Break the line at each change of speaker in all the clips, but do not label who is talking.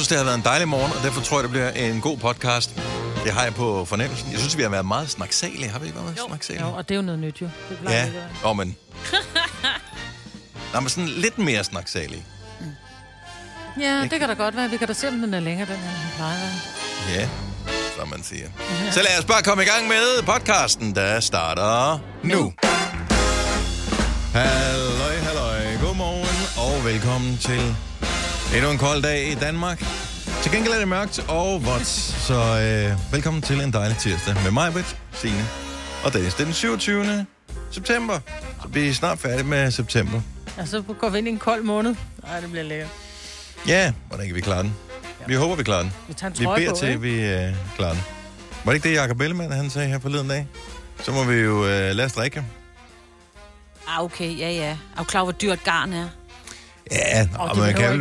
synes, det har været en dejlig morgen, og derfor tror jeg, det bliver en god podcast. Det har jeg på fornemmelsen. Jeg synes, vi har været meget snaksalige. Har vi ikke været meget snaksalige?
Jo, og det er jo noget nyt, jo. Det plejer
ja, men... Nej, men sådan lidt mere snaksalige.
Ja, det kan da godt være. Vi kan da se, om den er længere, den her, den plejer at være.
Ja, som man siger. Ja. Så lad os bare komme i gang med podcasten, der starter nu. Halløj. Godmorgen, og velkommen til endnu en kold dag i Danmark. Til gengæld er det mørkt og vådt, så velkommen til en dejlig tirsdag med mig, Britt, Signe og Dennis. Det er den 27. september, så vi er snart færdige med september.
Ja, så går vi ind i en kold måned. Nej, det bliver lækkert.
Ja, hvordan kan vi klare den? Vi håber, vi klarer den.
Vi
beder til, at vi klarer den. Var det ikke det, Jacob Ellemann, han sagde her forleden dag? Så må vi jo lade os drikke.
Okay, ja. Er du klar, hvor dyrt garn er?
Ja, man kan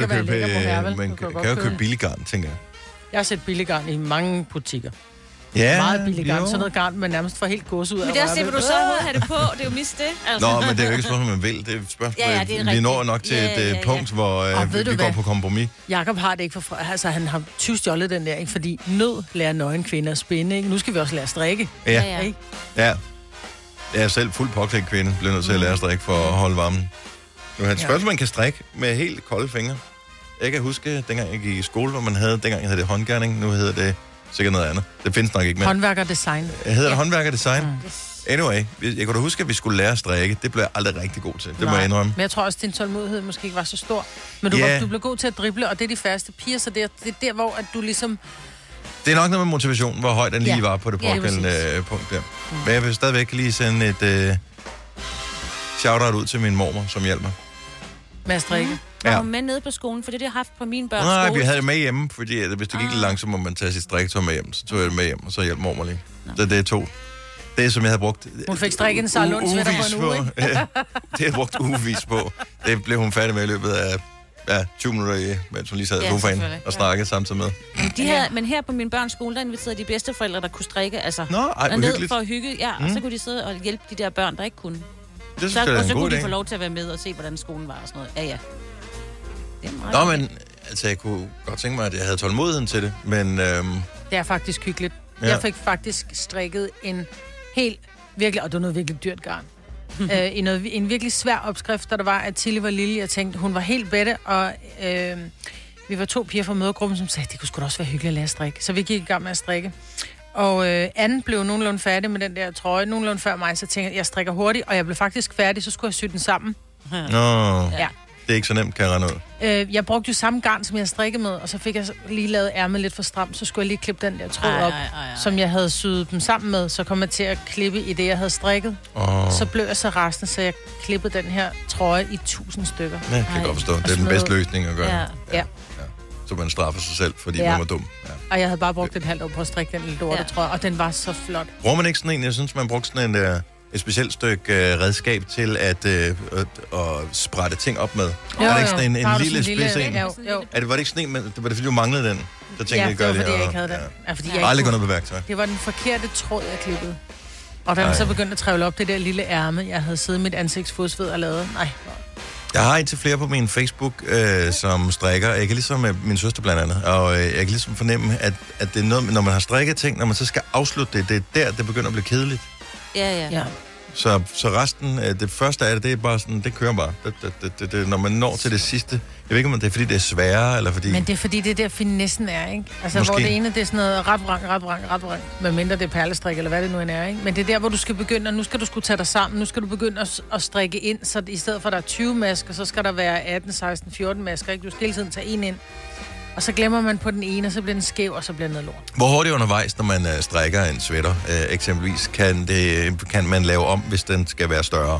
jo købe billig garn, tænker jeg.
Jeg har set billig garn i mange butikker.
Ja,
meget billig garn. Sådan noget garn, man nærmest får helt gås ud af.
Men der ser du så have det på. Det er jo mist det.
Altså. Nå, men det er jo ikke spørgsmål, man vil. Det er et spørgsmål. Vi når nok til et punkt, hvor vi går på kompromis.
Jakob har det ikke for... Altså, han har tyvstjålet den der, ikke? Fordi nød lærer nøgen kvinder at spænde, ikke? Nu skal vi også lære at strikke.
Ja. Ikke? Ja. Jeg er selv fuldt påklædt kvinde. Bliver nødt til at lære at strikke for at holde varmen. Nu har et spørgsmål, man kan strikke med helt kolde fingre. Jeg kan huske, dengang jeg gik i skole, hvor man havde... Dengang havde det håndgerning, nu hedder det... sikkert noget andet. Det findes nok ikke mere.
Håndværkerdesign.
Hedder det håndværkerdesign? Anyway, jeg kunne da huske, at vi skulle lære at strikke. Det blev jeg aldrig rigtig god til. Det må jeg indrømme.
Men jeg tror også, at din tålmodighed måske ikke var så stor. Men du blev god til at drible, og det er de færreste piger, så det er der, hvor at du ligesom...
Det er nok noget med motivation, hvor højt den lige var på det pågældende punkt der. Men jeg vil stadigvæk lige sende et shout-out ud til min mormor, som hjælper mig.
Med at strikke.
Var hun med nede på skolen, for det har jeg haft på min børns skole?
Nej, vi havde det med hjemme, fordi hvis det gik lidt langt, så må man tage sit strikketøj med hjem. Så tog jeg det med hjem, og så hjalp mormor lige. Så det er to. Det, som jeg havde brugt...
Hun fik strikket en Sarlund sweater på en uge, ikke?
Det har jeg brugt ugevis på. Det blev hun færdig med i løbet af 20 minutter, mens hun lige sad på fan og snakkede samtidig med.
Men her på min børns skole, der inviterede de bedsteforældre, der kunne strikke. Altså,
ned
for at hygge. Ja, og så kunne de sidde og hjælpe de der børn, der ikke kunne.
Det så
kunne de få lov til at være med og se, hvordan skolen var og sådan noget. Ja.
Nå, men altså, jeg kunne godt tænke mig, at jeg havde tålmodigheden til det, men... Det
er faktisk hyggeligt. Ja. Jeg fik faktisk strikket en helt virkelig, og det var noget virkelig dyrt garn, en virkelig svær opskrift, der var, at Tilly var lille. Jeg tænkte, hun var helt bedre, og vi var 2 piger fra mødergruppen, som sagde, det kunne sgu da også være hyggeligt at lære at strikke. Så vi gik i gang med at strikke. Og Anne blev nogenlunde færdig med den der trøje, nogenlunde før mig, så tænkte jeg strikker hurtigt, og jeg blev faktisk færdig, så skulle jeg sy den sammen.
Ja. Det er ikke så nemt, kan jeg regne ud.
Jeg brugte jo samme garn, som jeg strikkede med, og så fik jeg lige lavet ærmet lidt for stramt, så skulle jeg lige klippe den der tråd op, som jeg havde syet dem sammen med, så kom jeg til at klippe i det, jeg havde strikket. Så blev jeg så resten, så jeg klippede den her trøje i 1000 stykker.
Ja, kan jeg godt forstå. Det er den bedste løsning at gøre.
Ja.
Så man straffer sig selv, fordi man var dum. Ja.
Og jeg havde bare brugt et halvt år på at strikke den lille lortetrøje, og den var så flot.
Bruger man ikke sådan en? Jeg synes, man brugte sådan et specielt stykke redskab til at sprætte ting op med.
Jo,
er det ikke sådan en lille spids en?
Jo.
Var det ikke sådan en, men var det fordi du manglede den? Så tænkte jeg,
det var fordi jeg ikke havde den. Ja, fordi jeg
aldrig gået noget på værktøj.
Det var den forkerte tråd, jeg klippede. Og da jeg så begyndte at trævle op det der lille ærme, jeg havde siddet mit ansigtsfodsved og lavet. Nej.
Jeg har indtil flere på min Facebook, som strikker. Jeg kan ligesom min søster blandt andet. Og jeg kan ligesom fornemme, at det er noget, når man har strikket ting, når man så skal afslutte det, det er der, det begynder at blive kedeligt.
Ja.
Så resten, det første af det, det er bare sådan, det kører bare. Det, når man når til det sidste, jeg ved ikke, om det er fordi, det er sværere, eller fordi...
Men det er fordi, det er der finessen er, ikke? Altså,
måske.
Hvor det ene, det er sådan noget ret, medmindre det er perlestrik, eller hvad det nu end er, ikke? Men det er der, hvor du skal begynde, og nu skal du skulle tage dig sammen, nu skal du begynde at strikke ind, så i stedet for, at der er 20 masker, så skal der være 18, 16, 14 masker, ikke? Du skal hele tiden tage en ind. Og så glemmer man på den ene, og så bliver den skæv, og så bliver den noget lort.
Hvor hurtigt undervejs, når man strikker en sweater, eksempelvis, kan man lave om, hvis den skal være større?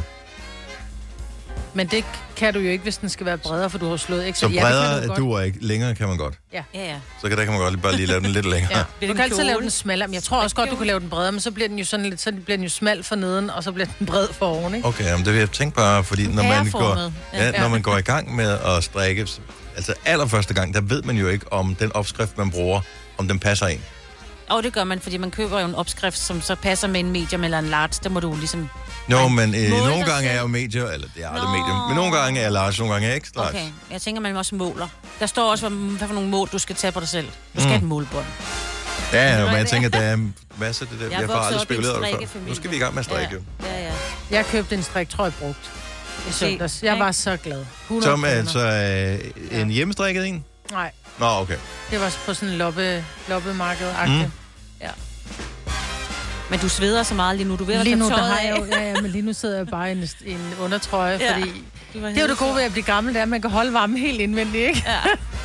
Men det kan du jo ikke, hvis den skal være bredere, for du har slået ikke.
Så bredere duer ikke. Længere kan man godt.
Ja.
Så kan man godt bare lige lave den lidt længere.
Ja. Du kan altid lave den smallere, men jeg tror også godt, du kan lave den bredere, men så bliver den jo sådan lidt, så bliver den jo smal for neden, og så bliver den bred for oven, ikke?
Okay, men det vil jeg tænke bare, fordi når man går i gang med at strikke, altså allerførste gang, der ved man jo ikke, om den opskrift, man bruger, om den passer ind.
Og det gør man, fordi man køber jo en opskrift, som så passer med en medium eller en large. Der må du ligesom...
Jo, men nogle gange er jeg jo medium, eller det er aldrig medium, men nogle gange er jeg large, nogle gange er jeg extra large.
Okay, jeg tænker, man også måler. Der står også, hvad for nogle mål, du skal tage på dig selv. Du skal have et målbånd.
Ja, men jeg tænker, der er masser af det der. Jeg har aldrig spekuleret over før. Nu skal vi i gang med at strikke, jo.
Ja.
Jeg købte en striktrøje brugt i søndags. Jeg var så glad.
Som altså en hjemmestrikket en?
Nej.
Nå, okay.
Det var på sådan en loppemarked-agtigt.
Ja. Men du sveder så meget lige nu. Du ved,
lige nu, der har jeg jo, men lige nu sidder jeg bare i en undertrøje, fordi det er jo det gode ved at blive gammel, det er, at man kan holde varmen helt indvendigt, ikke?
Ja.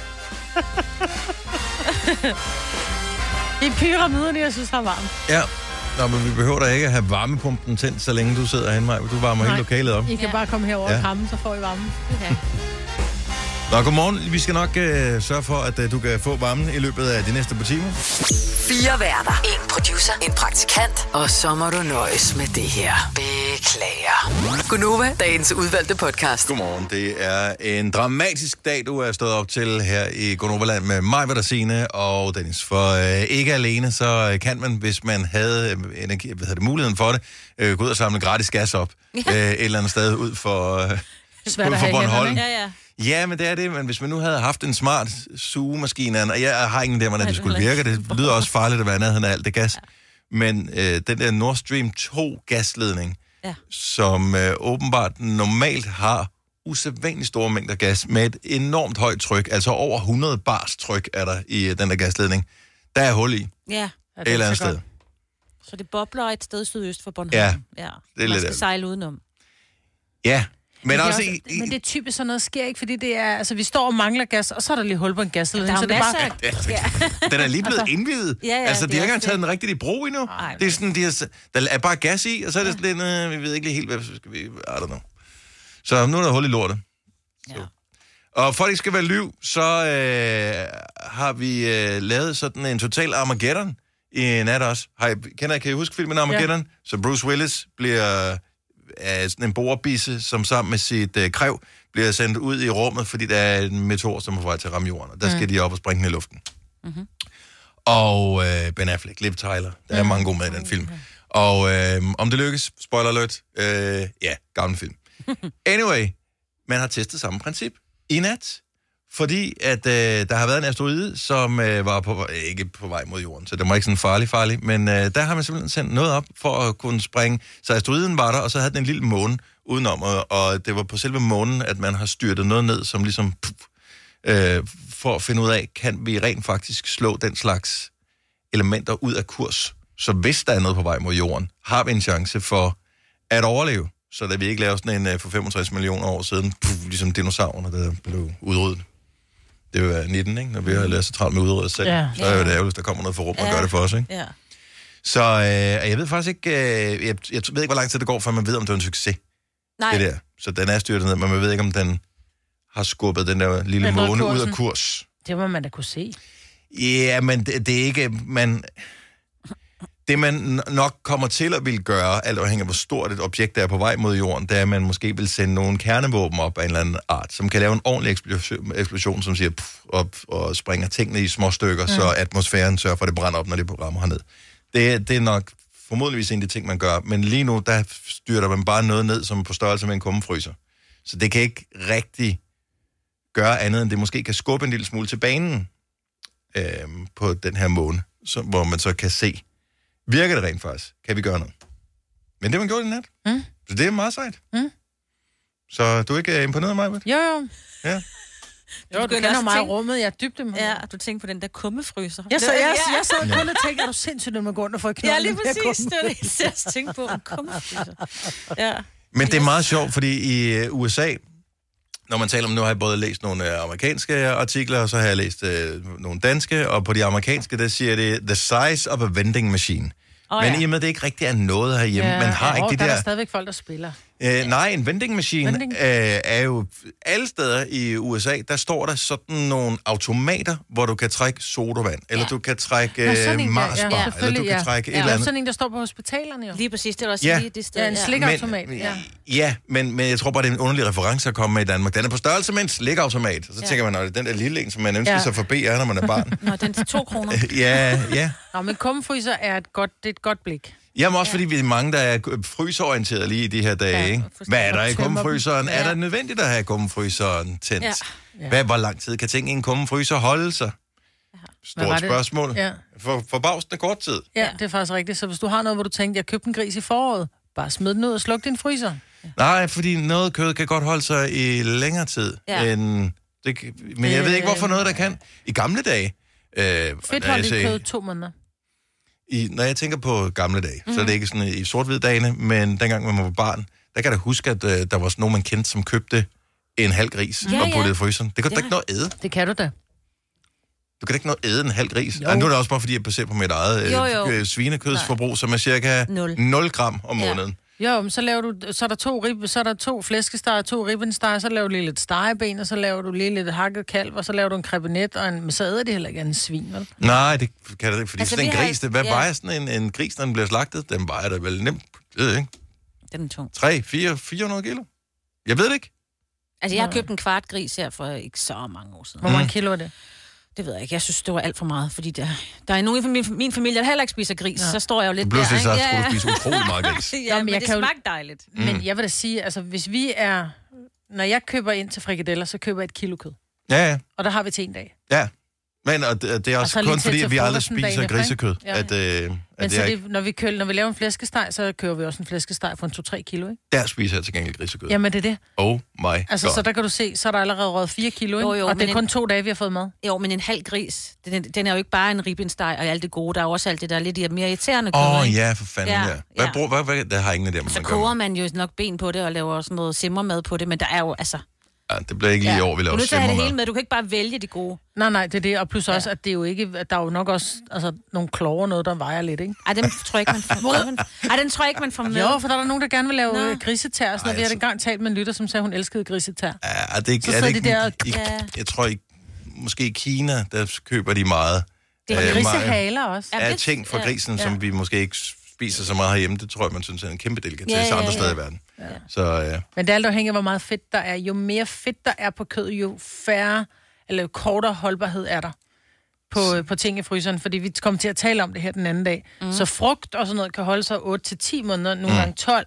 I pyramiderne, jeg synes, har varmt.
Ja. Nå, men vi behøver da ikke at have varmepumpen tændt, så længe du sidder herinde, Maja. Du varmer hele lokalet op.
I kan bare komme herover og kramme, så får I varmen.
Okay.
Nå, godmorgen. Vi skal nok sørge for, at du kan få varmen i løbet af de næste par timer.
4 værter. 1 producer. 1 praktikant. Og så må du nøjes med det her. Beklager. Gunova, dagens udvalgte podcast.
Godmorgen. Det er en dramatisk dag, du er stået op til her i Gunovaland med mig, Signe og Dennis. For ikke alene, så kan man, hvis man havde muligheden for det, gå ud og samle gratis gas op et eller andet sted ud for Bornholm. Ja, men det er det, men hvis man nu havde haft en smart sugemaskine, og jeg har ingen idé, hvordan det skulle virke, det lyder også farligt at være nærheden af alt det gas, men den der Nord Stream 2 gasledning, som åbenbart normalt har usædvanligt store mængder gas med et enormt højt tryk, altså over 100 bars tryk er der i den der gasledning, der er hul i.
Ja.
Et eller andet sted.
Så det bobler et sted sydøst for Bornholm.
Ja.
Det er
lidt
man skal sejle udenom.
Ja. Men
det er typisk sådan noget sker ikke, fordi det er, altså vi står og mangler gas, og så er der lige hul på en gasledning, så det er bare...
Den er lige blevet indviet.
Ja,
altså, de har ikke engang taget den rigtigt i brug endnu.
Ej,
det er sådan, der er bare gas i, og så er det sådan lidt, vi ved ikke lige helt, hvad skal vi... I don't know. Så nu er der hul i lortet. Ja. Og for at det ikke skal være lyv, så har vi lavet sådan en total Armageddon i nat også. Kan I huske filmen Armageddon? Ja. Så Bruce Willis bliver... af sådan en borebisse, som sammen med sit kræv bliver sendt ud i rummet, fordi der er en meteor, som er på vej til at ramme jorden, og der skal de op og springe den i luften. Mm-hmm. Og Ben Affleck, Liv Tyler, der er mange gode med i den film. Og om det lykkes, spoiler alert, gammel film. Anyway, man har testet samme princip i nat, fordi at der har været en asteroide, som var ikke på vej mod jorden, så det var ikke sådan farlig, men der har man simpelthen sendt noget op for at kunne springe. Så asteroiden var der, og så havde den en lille måne udenom, og det var på selve månen, at man har styrtet noget ned, som ligesom for at finde ud af, kan vi rent faktisk slå den slags elementer ud af kurs. Så hvis der er noget på vej mod jorden, har vi en chance for at overleve. Så da vi ikke lavede sådan en for 65 millioner år siden, ligesom dinosaurerne, der blev udryddet. Det var 19, ikke? Når vi har lært så travlt med udryddet selv, så er jo det ærgerligt, der kommer noget for rum og gør det for os, ikke? Ja. Så jeg ved faktisk ikke, jeg ved ikke, hvor lang tid det går, før man ved, om det er en succes.
Nej.
Det der. Så den er styrtet ned, men man ved ikke, om den har skubbet den der lille måne ud af kurs.
Det må man da kunne se.
Ja, men det er ikke... Det, man nok kommer til at ville gøre, alt afhængig af, hvor stort et objekt der er på vej mod jorden, det er, at man måske vil sende nogle kernevåben op af en eller anden art, som kan lave en ordentlig eksplosion, som siger op og springer tingene i små stykker, så atmosfæren sørger for, at det brænder op, når det rammer herned. Det er nok formodentligvis en af de ting, man gør, men lige nu, der styrter man bare noget ned, som på størrelse med en kummefryser. Så det kan ikke rigtig gøre andet, end det måske kan skubbe en lille smule til banen på den her måne, hvor man så kan se, virker det rent faktisk? Kan vi gøre noget? Men det har man gjort i nat. Så det er meget sejt. Så du er ikke imponeret af mig, Britt?
Jo.
Ja.
Jo, du kender mig i rummet. Jeg er dybt imponeret.
Ja, du tænker på den der kummefryser.
Jeg sad kun og tænkte, at du sindssygt, når man går under for at knalde.
Ja, lige præcis. Det er det, jeg tænkte på. En kummefryser. Ja.
Men det er meget sjovt, fordi i USA, når man taler om, nu har jeg både læst nogle amerikanske artikler, og så har jeg læst nogle danske, og på de amerikanske, der siger det, the size of a vending machine. Men i og med, det ikke rigtig er noget herhjemme, man har ikke det
der
der...
er stadigvæk folk, der spiller.
Nej, en vending machine er jo alle steder i USA, der står der sådan nogle automater, hvor du kan trække sodavand, eller du kan trække Marsbar, eller du kan trække et eller andet.
Sådan en, der står på hospitalerne jo.
Lige præcis, det er også lige det sted.
Ja, en slikautomat.
Men jeg tror bare, det er en underlig reference at komme med i Danmark. Den er på størrelse med en slikautomat, og så tænker man, at den der lille en, som man ønsker sig forbi, når man er barn.
Nå, den er 2 kroner.
Ja.
Nå, men kummefryser er et godt blik.
Jamen også fordi vi er mange, der er fryseorienteret lige i de her dage, ikke? Hvad er der i kummefryseren? Er der nødvendigt at have kummefryseren tændt? Hvor lang tid kan ting i en kummefryser holde sig? Stort spørgsmål. Ja. Forbavsende kort tid.
Ja, det er faktisk rigtigt. Så hvis du har noget, hvor du tænkte, jeg købte en gris i foråret, bare smid den ud og sluk din fryser.
Nej, fordi noget kød kan godt holde sig i længere tid end... Men jeg ved ikke, hvorfor noget, der kan. I gamle dage...
Fedtholdigt kød 2 måneder.
Når jeg tænker på gamle dage, så er det ikke sådan i sort-hvid dagene, men dengang man var barn, der kan jeg da huske, at der var nogen, man kendte, som købte en halv gris og puttede i fryseren. Det kan du da ikke noget æde.
Det kan du da.
Du kan da ikke noget æde en halv gris. Nu er det også bare, fordi jeg baserer på mit eget svinekødsforbrug, som er cirka 0 gram om måneden.
Jo, men så laver du, så er der 2 flæskesteger, 2 ribbensteger, så laver du lige lidt stegeben, og så laver du lige lidt hakket kalv, og så laver du en krebinet, men så æder det heller ikke en svin, vel?
Nej, det kan det ikke, fordi sådan en gris, hvad vejer sådan en gris, når den bliver slagtet? Den vejer da vel nemt, jeg ved ikke.
Den er tung.
400 kilo? Jeg ved det ikke.
Altså, jeg har købt en kvart gris her for ikke så mange år siden.
Hvor mange kilo er det?
Det ved jeg ikke. Jeg synes, det var alt for meget, fordi der er nogen i min familie, der heller ikke spiser gris. Så står jeg jo lidt der.
Pludselig så skulle du spise utrolig meget gris.
Men det smagte dejligt.
Men jeg vil da sige, altså hvis vi er... Når jeg køber ind til frikadeller, så køber jeg 1 kilo kød.
Ja.
Og der har vi til en dag.
Ja. Men det er også kun fordi, at vi aldrig spiser grisekød.
Men så når vi laver en flæskesteg, så kører vi også en flæskesteg for en 2-3 kilo, ikke?
Der spiser jeg til gengæld grisekød.
Jamen, det er det.
Oh my
altså,
god.
Så der kan du se, så er der allerede røget 4 kilo, ikke? Jo, og det er kun 2 dage, vi har fået mad.
Jo, men en halv gris, den er jo ikke bare en ribbensteg og alt det gode. Der er også alt det, der er lidt mere irriterende kød.
Ja, for fanden, Hvad, der har ingen af dem,
så koger man jo nok ben på det og laver sådan noget simmermad på det, men der er jo, altså...
Ja, det bliver ikke lige i år, vi laver simmermad. Du er nødt til at have det hele med.
Du kan ikke bare vælge de gode.
Nej, det er det. Og plus også, at det er jo ikke... Der er jo nok også nogle klover noget, der vejer lidt, ikke?
Ej, dem tror jeg ikke, man får. Den tror jeg ikke, man får med.
Jo, for der er nogen, der gerne vil lave grisetær. Så vi har engang talt med en lytter, som sagde, hun elskede grisetær.
Ja, det er ikke... Jeg tror ikke... Måske i Kina, der køber de meget...
Det er grisehaler også.
Ja, ting fra grisen, som vi måske ikke spiser så meget herhjemme. Det tror jeg, man synes er en kæmpe delikatesse andre steder i verden. Ja. Så,
Men det er alt afhængigt af, hvor meget fedt der er. Jo mere fedt der er på kød, jo færre eller kortere holdbarhed er der på ting i fryseren. Fordi vi kom til at tale om det her den anden dag. Så frugt og sådan noget kan holde sig 8-10 måneder, nogle gange 12.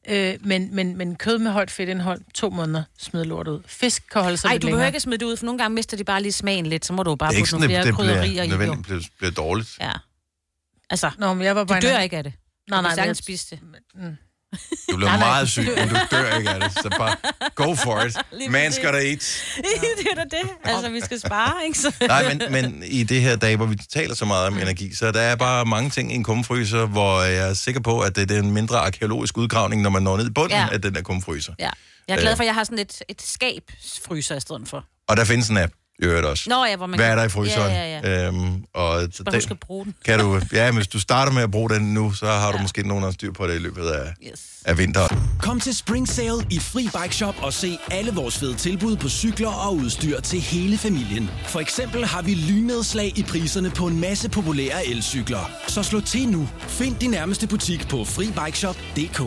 Men kød med højt fedtindhold, 2 måneder, smid lort ud. Fisk kan holde sig lidt længere.
Du behøver ikke smide det ud, for nogle gange mister de bare lige smagen lidt. Så må du bare putte nogle flere krydderier i.
Det bliver dårligt.
Ja. Altså,
jeg var bare
du dør ikke af det.
Nej,
du kan spise det.
Du bliver meget syg, men du dør ikke af det. Så bare go for it. Man's gotta eat.
Det er da det. Altså, vi skal spare, ikke? Så...
Nej, men i det her dag, hvor vi taler så meget om energi, så der er bare mange ting i en kummefryser, hvor jeg er sikker på, at det er en mindre arkeologisk udgravning, når man når ned i bunden af den der kummefryser. Ja.
Jeg er glad for, at jeg har sådan et skabsfryser i stedet for.
Og der findes en app. Også.
Nå ja, hvor man
hvad er der i fryseren?
Ja.
Og
du skal bruge den.
Kan du, hvis du starter med at bruge den nu, så har du måske nogenlunde styr på det i løbet af vinteren.
Kom til Spring Sale i Fri Bike Shop og se alle vores fede tilbud på cykler og udstyr til hele familien. For eksempel har vi lynedslag i priserne på en masse populære elcykler. Så slå til nu. Find din nærmeste butik på FriBikeShop.dk.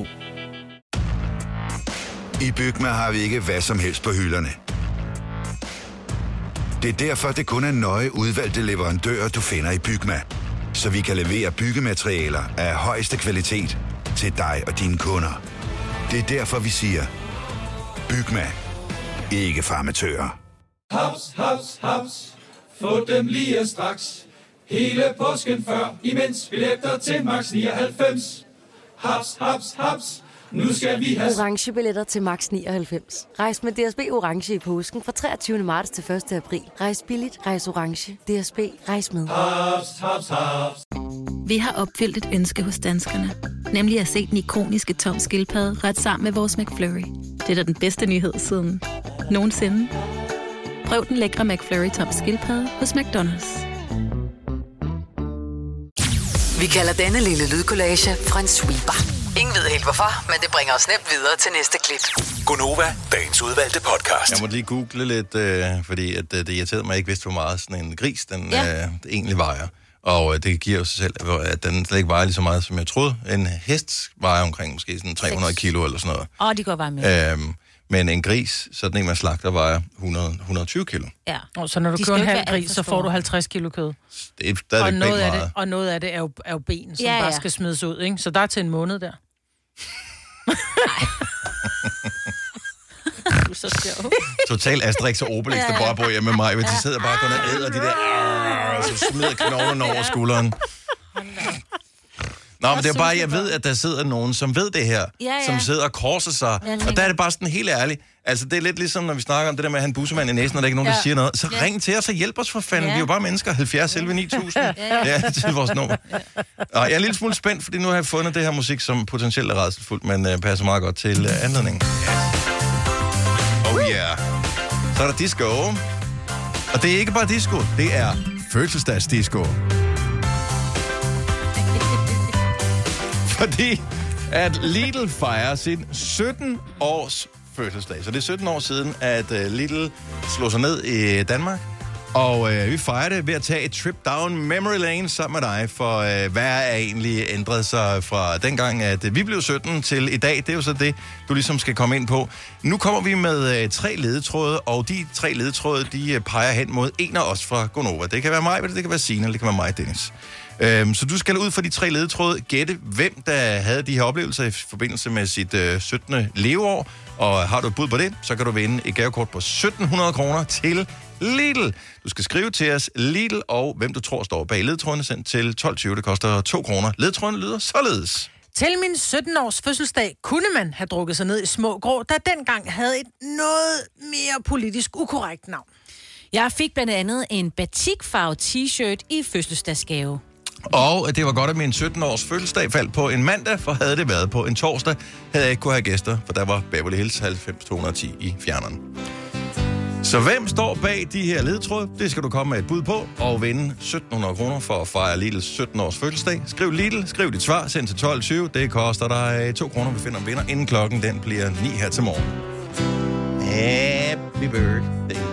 I Bygma har vi ikke hvad som helst på hylderne. Det er derfor, det kun er nøje udvalgte leverandører, du finder i Bygma. Så vi kan levere byggematerialer af højeste kvalitet til dig og dine kunder. Det er derfor, vi siger, Bygma. Ikke farmatører.
Haps, haps, haps. Få dem lige straks. Hele påsken før, imens billetter til max 99. Haps, haps, haps. Nu skal vi have
orange billetter til max 99. Rejs med DSB orange i påsken fra 23. marts til 1. april. Rejs billigt, rejs orange. DSB, rejs med.
Haps, haps, haps.
Vi har opfyldt et ønske hos danskerne. Nemlig at se den ikoniske Tom Skildpadde ret sammen med vores McFlurry. Det er da den bedste nyhed siden nogensinde. Prøv den lækre McFlurry Tom Skildpadde hos McDonald's.
Vi kalder denne lille lydkollage en sweeper. Ingen ved helt hvorfor, men det bringer os nemt videre til næste klip.
Gonova, dagens udvalgte podcast.
Jeg måtte lige google lidt, fordi at, det irriterede mig, ikke vidste, hvor meget sådan en gris den egentlig vejer. Og det giver jo sig selv, at den slet ikke vejer lige så meget, som jeg troede. En hest vejer omkring måske sådan 300 kilo eller sådan noget.
De går bare med.
Men en gris, sådan en man slagter, vejer 120 kilo.
Ja.
Og så når du køber en halv gris, så får du 50 kilo kød.
Det er stadigvæk meget.
Og noget af det er jo ben, som bare skal smides ud, ikke? Så der er til en måned der.
Du er så sjov.
Total Asterix og Obelix, der bare bor hjemme med mig. De sidder bare og æder de der, og så smider knoglerne over skulderen. Nå, men det er bare, jeg ved, at der sidder nogen, som ved det her, som sidder og korser sig. Og der er det bare sådan helt ærligt. Altså, det er lidt ligesom, når vi snakker om det der med at have en bussemand i næsen, og der er ikke nogen, der siger noget. Så ring til os og hjælp os for fanden. Vi er jo bare mennesker. 70 11 9000. Ja, det er vores nummer. Og jeg er en lille smule spændt, fordi nu har jeg fundet det her musik, som potentielt er rædselsfuldt, men passer meget godt til anledningen. Oh yeah. Så er der disco. Og det er ikke bare disco, det er fødselsdagsdisco. Fordi at Lidl fejrer sin 17-års fødselsdag. Så det er 17 år siden, at Lidl slog sig ned i Danmark. Og vi fejrer det ved at tage et trip down memory lane sammen med dig. For hvad er egentlig ændret sig fra dengang, at vi blev 17 til i dag? Det er jo så det, du ligesom skal komme ind på. Nu kommer vi med 3 ledetråde, og de 3 ledetråde, de peger hen mod en af os fra Gonova. Det kan være mig, det kan være Signe, eller det kan være mig, Dennis. Så du skal ud for de 3 ledetråde gætte, hvem der havde de her oplevelser i forbindelse med sit 17. leveår. Og har du et bud på det, så kan du vinde et gavekort på 1.700 kroner til Lidl. Du skal skrive til os Lidl og hvem du tror står bag ledetrådene, sendt til 12.20. Det koster 2 kroner. Ledetrådene lyder således.
Til min 17-års fødselsdag kunne man have drukket sig ned i små grå, der dengang havde et noget mere politisk ukorrekt navn.
Jeg fik blandt andet en batikfarvet t-shirt i fødselsdagsgave.
Og det var godt, at min 17-års fødselsdag faldt på en mandag, for havde det været på en torsdag, havde jeg ikke kunne have gæster, for der var Beverly Hills 90210 i fjerneren. Så hvem står bag de her ledetråde? Det skal du komme med et bud på og vinde 1.700 kroner for at fejre Lidls 17-års fødselsdag. Skriv Lidl, skriv dit svar, send til 12.20. Det koster dig 2 kroner, vi finder en vinder, inden klokken den bliver 9 her til morgen. Happy birthday.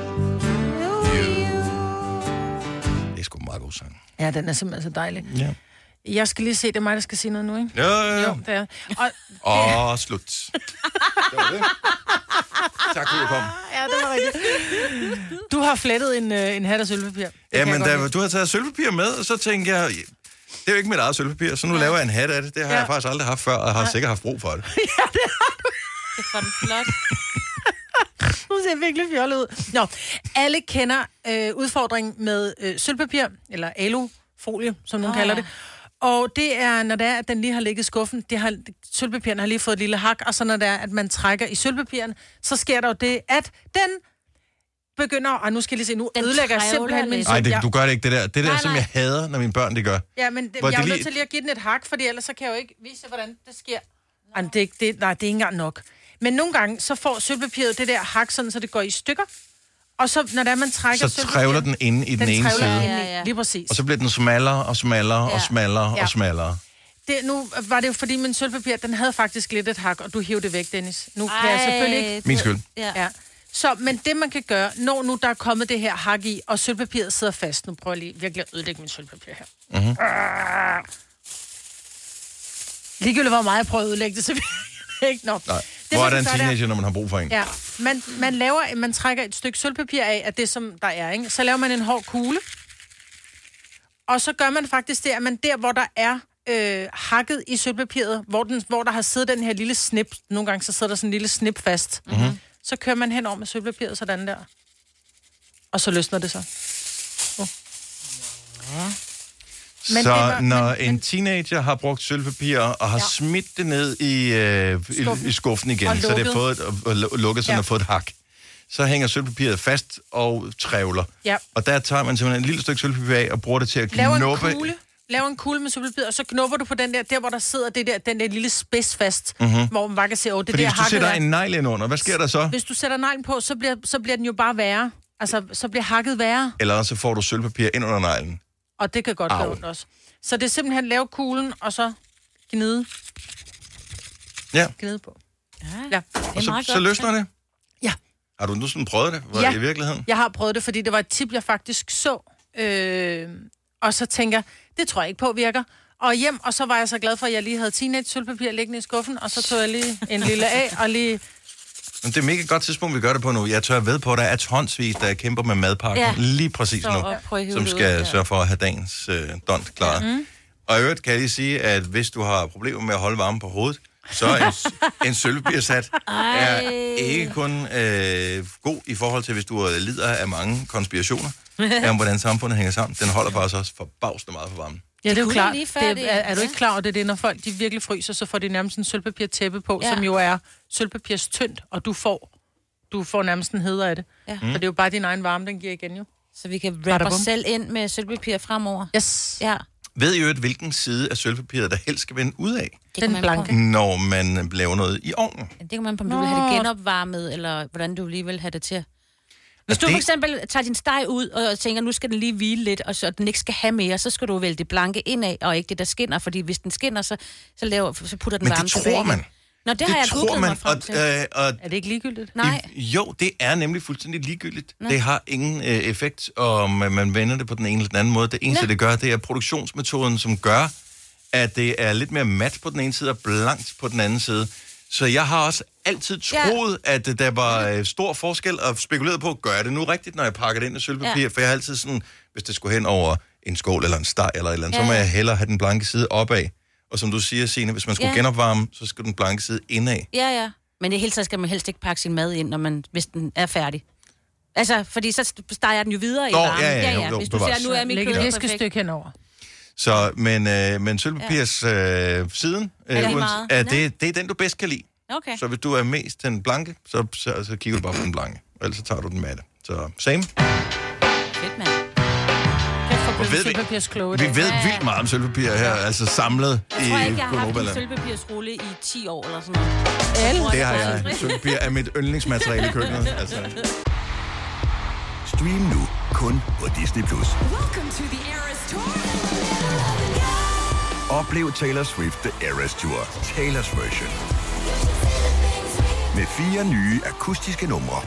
Det er sgu en meget god sang.
Ja, den er simpelthen så dejlig.
Ja.
Jeg skal lige se, det er mig, der skal sige noget nu, ikke?
Ja.
Jo, det er.
Og slut. Det var det. Tak fordi du kom.
Ja, det var rigtigt. Du har flettet en hat af sølvpapir.
Ja, men du har taget sølvpapir med, og så tænkte jeg, det er jo ikke mit eget sølvpapir, så nu laver jeg en hat af det. Det har jeg faktisk aldrig haft før, og har sikkert haft brug for det.
Ja, det har du.
Det er for flot.
Nu ser virkelig fjollet ud. Nå, alle kender udfordringen med sølvpapir, eller alufolie, som nogen kalder det. Og det er, når det er, at den lige har ligget i skuffen, sølvpapiren har lige fået et lille hak, og så når det er, at man trækker i sølvpapiren, så sker der jo det, at den begynder, og nu skal jeg lige se, nu ødelægger jeg simpelthen min
sølv. Nej, du gør det ikke, det der. Det der, som jeg hader, når mine børn, de gør.
Ja, men jeg er nødt til lige at give den et hak, fordi ellers så kan jeg jo ikke vise, hvordan det sker. Nej, det er ikke engang nok. Men nogle gange, så får sølvpapiret det der hak, sådan, så det går i stykker. Og så, når man trækker
så trævler den inde i den ene side.
Ja. Lige præcis.
Og så bliver den smallere og smallere og smallere og smallere.
Nu var det jo, fordi min sølvpapir, den havde faktisk lidt et hak, og du hiver det væk, Dennis. Nu kan jeg selvfølgelig ikke...
Min skyld.
Ja. Så, men det man kan gøre, når nu der er kommet det her hak i, og sølvpapiret sidder fast. Nu prøver jeg lige virkelig at ødelægge min sølvpapir her. Mm-hmm. Ligegyldigt hvor meget jeg prøver at ødelægge det, så ikke nok.
Nej. Hvor er der en teenager, når man har brug for en?
Ja, man trækker et stykke sølvpapir af det, som der er, ikke? Så laver man en hård kugle, og så gør man faktisk det, at man der, hvor der er hakket i sølvpapiret, hvor der har siddet den her lille snip, nogle gange så sidder der sådan en lille snip fast, så kører man henover med sølvpapiret sådan der, og så løsner det så.
Når en teenager har brugt sølvpapir og har smidt det ned i skuffen igen, så det har fået lukket, så den har fået et hak, så hænger sølvpapiret fast og trævler. Ja. Og der tager man simpelthen et lille stykke sølvpapir af og bruger det til at knuppe.
Laver en kugle med sølvpapir, og så knupper du på den der hvor der sidder den der lille spids fast, hvor man bare kan se, det
fordi
der
hvis du sætter en negl ind under, hvad sker der så?
Hvis du sætter neglen på, så bliver den jo bare værre. Altså, så bliver hakket værre.
Eller så får du sølvpapir ind under neglen.
Og det kan godt gøre ondt også. Så det er simpelthen lave kuglen, og så gnide.
Ja.
Glæde på.
Ja.
Og så løsner det?
Ja.
Har du nu sådan prøvet det i virkeligheden?
Jeg har prøvet det, fordi det var et tip, jeg faktisk så. Og så tænker det tror jeg ikke på virker. Og hjem, og så var jeg så glad for, at jeg lige havde teenage-sølvpapir liggende i skuffen, og så tog jeg lige en lille af, og lige...
Men det er et mega godt tidspunkt, vi gør det på nu. Jeg tør ved på, at der er tonsvis, der kæmper med madpakken lige præcis nu, som skal sørge for at have dagens dont klar. Mm. Og i øvrigt kan jeg lige sige, at hvis du har problemer med at holde varme på hovedet, så en sølvpapirshat er ikke kun god i forhold til, hvis du lider af mange konspirationer om, hvordan samfundet hænger sammen. Den holder bare også forbavsende meget for varmen.
Ja, det er jo klart. Er du ikke klar over det? Når folk de virkelig fryser, så får de nærmest en sølvpapirtæppe på, som jo er sølvpapirstyndt, og du får nærmest en heder af det. Ja. For det er jo bare din egen varme, den giver igen jo.
Så vi kan wrappe os selv ind med sølvpapir fremover.
Yes.
Ja.
Ved I øvrigt, hvilken side af sølvpapiret, der helst skal vende ud af?
Den blanke.
Når man laver noget i ovnen.
Det kan man på, om du vil have det genopvarmet, eller hvordan du lige vil have det til. Hvis du for eksempel tager din steg ud og tænker, nu skal den lige hvile lidt, og så den ikke skal have mere, så skal du vælge det blanke indad, og ikke det, der skinner. Fordi hvis den skinner, så putter den varme tilbage.
Men det tror man.
Nå, det har jeg googlet mig frem til.
Er det ikke ligegyldigt?
Nej.
Jo, det er nemlig fuldstændig ligegyldigt. Nej. Det har ingen effekt, om man vender det på den ene eller den anden måde. Det eneste, det gør, det er produktionsmetoden, som gør, at det er lidt mere mat på den ene side og blankt på den anden side. Så jeg har også altid troet, at der var stor forskel, og spekuleret på, gør jeg det nu rigtigt, når jeg pakker det ind i sølvpapir? Ja. For jeg har altid sådan, hvis det skulle hen over en skål eller en steg eller et eller andet, så må jeg hellere have den blanke side opad. Og som du siger, Signe, hvis man skulle genopvarme, så skal den blanke side indad.
Ja. Men det hele taget skal man helst ikke pakke sin mad ind, hvis den er færdig. Altså, fordi så steger den jo videre i varmen. Ja. Hvis du ser, nu er mit kød perfekt.
Læg et stykke henover.
Så, men sølvpapirs siden, det er den, du bedst kan lide.
Okay.
Så hvis du er mest den blanke, så kigger du bare på den blanke. Ellers så tager du den matte. Så same.
Fedt, mand.
Vi ved vildt meget om sølvpapir her, altså samlet i
Jeg tror ikke, jeg har haft en sølvpapirsrulle i 10 år eller sådan noget.
Det har jeg. Sølvpapir er mit yndlingsmateriale i køkkenet. Altså.
Stream nu kun på Disney+. Oplev Taylor Swift The Eras Tour, Taylor's version. Med 4 nye akustiske numre.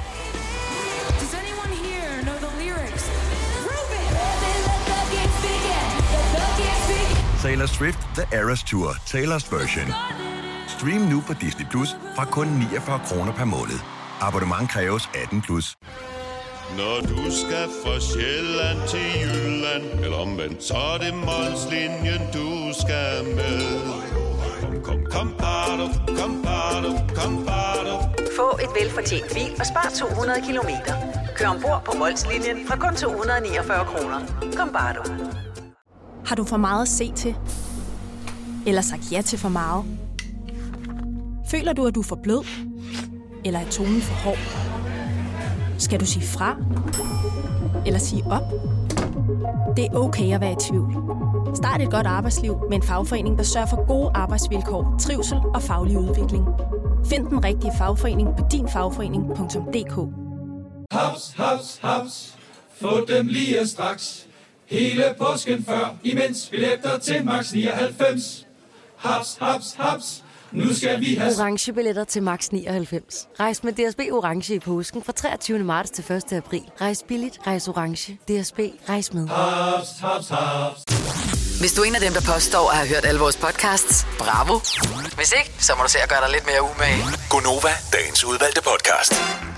Taylor Swift The Eras Tour, Taylor's version. Stream nu på Disney Plus fra kun 49 kroner per måned. Abonnement kræves 18 plus.
Når du skal fra Sjælland til Jylland, eller omvendt, så er det Molslinjen, du skal med. Kom, bado, kom, bado.
Få et velfortjent bil og spar 200 kilometer. Kør ombord på Molslinjen fra kun 249 kroner. Kom, bado.
Har du for meget at se til? Eller sagt ja til for meget? Føler du, at du er for blød? Eller er tonen for hård? Skal du sige fra? Eller sige op? Det er okay at være i tvivl. Start et godt arbejdsliv med en fagforening, der sørger for gode arbejdsvilkår, trivsel og faglig udvikling. Find den rigtige fagforening på dinfagforening.dk.
Haps, haps, haps. Få dem lige straks. Hele påsken før, imens billetter til max 99. Haps, haps, haps. Nu skal vi have
orange billetter til max 99. Rejs med DSB orange i påsken fra 23. marts til 1. april. Rejs billigt, rejs orange. DSB, rejs med.
haps, haps, haps.
Hvis du er en af dem, der påstår at have hørt alle vores podcasts, bravo. Hvis ikke, så må du se at gøre dig lidt mere umage.
Gonova, dagens udvalgte podcast.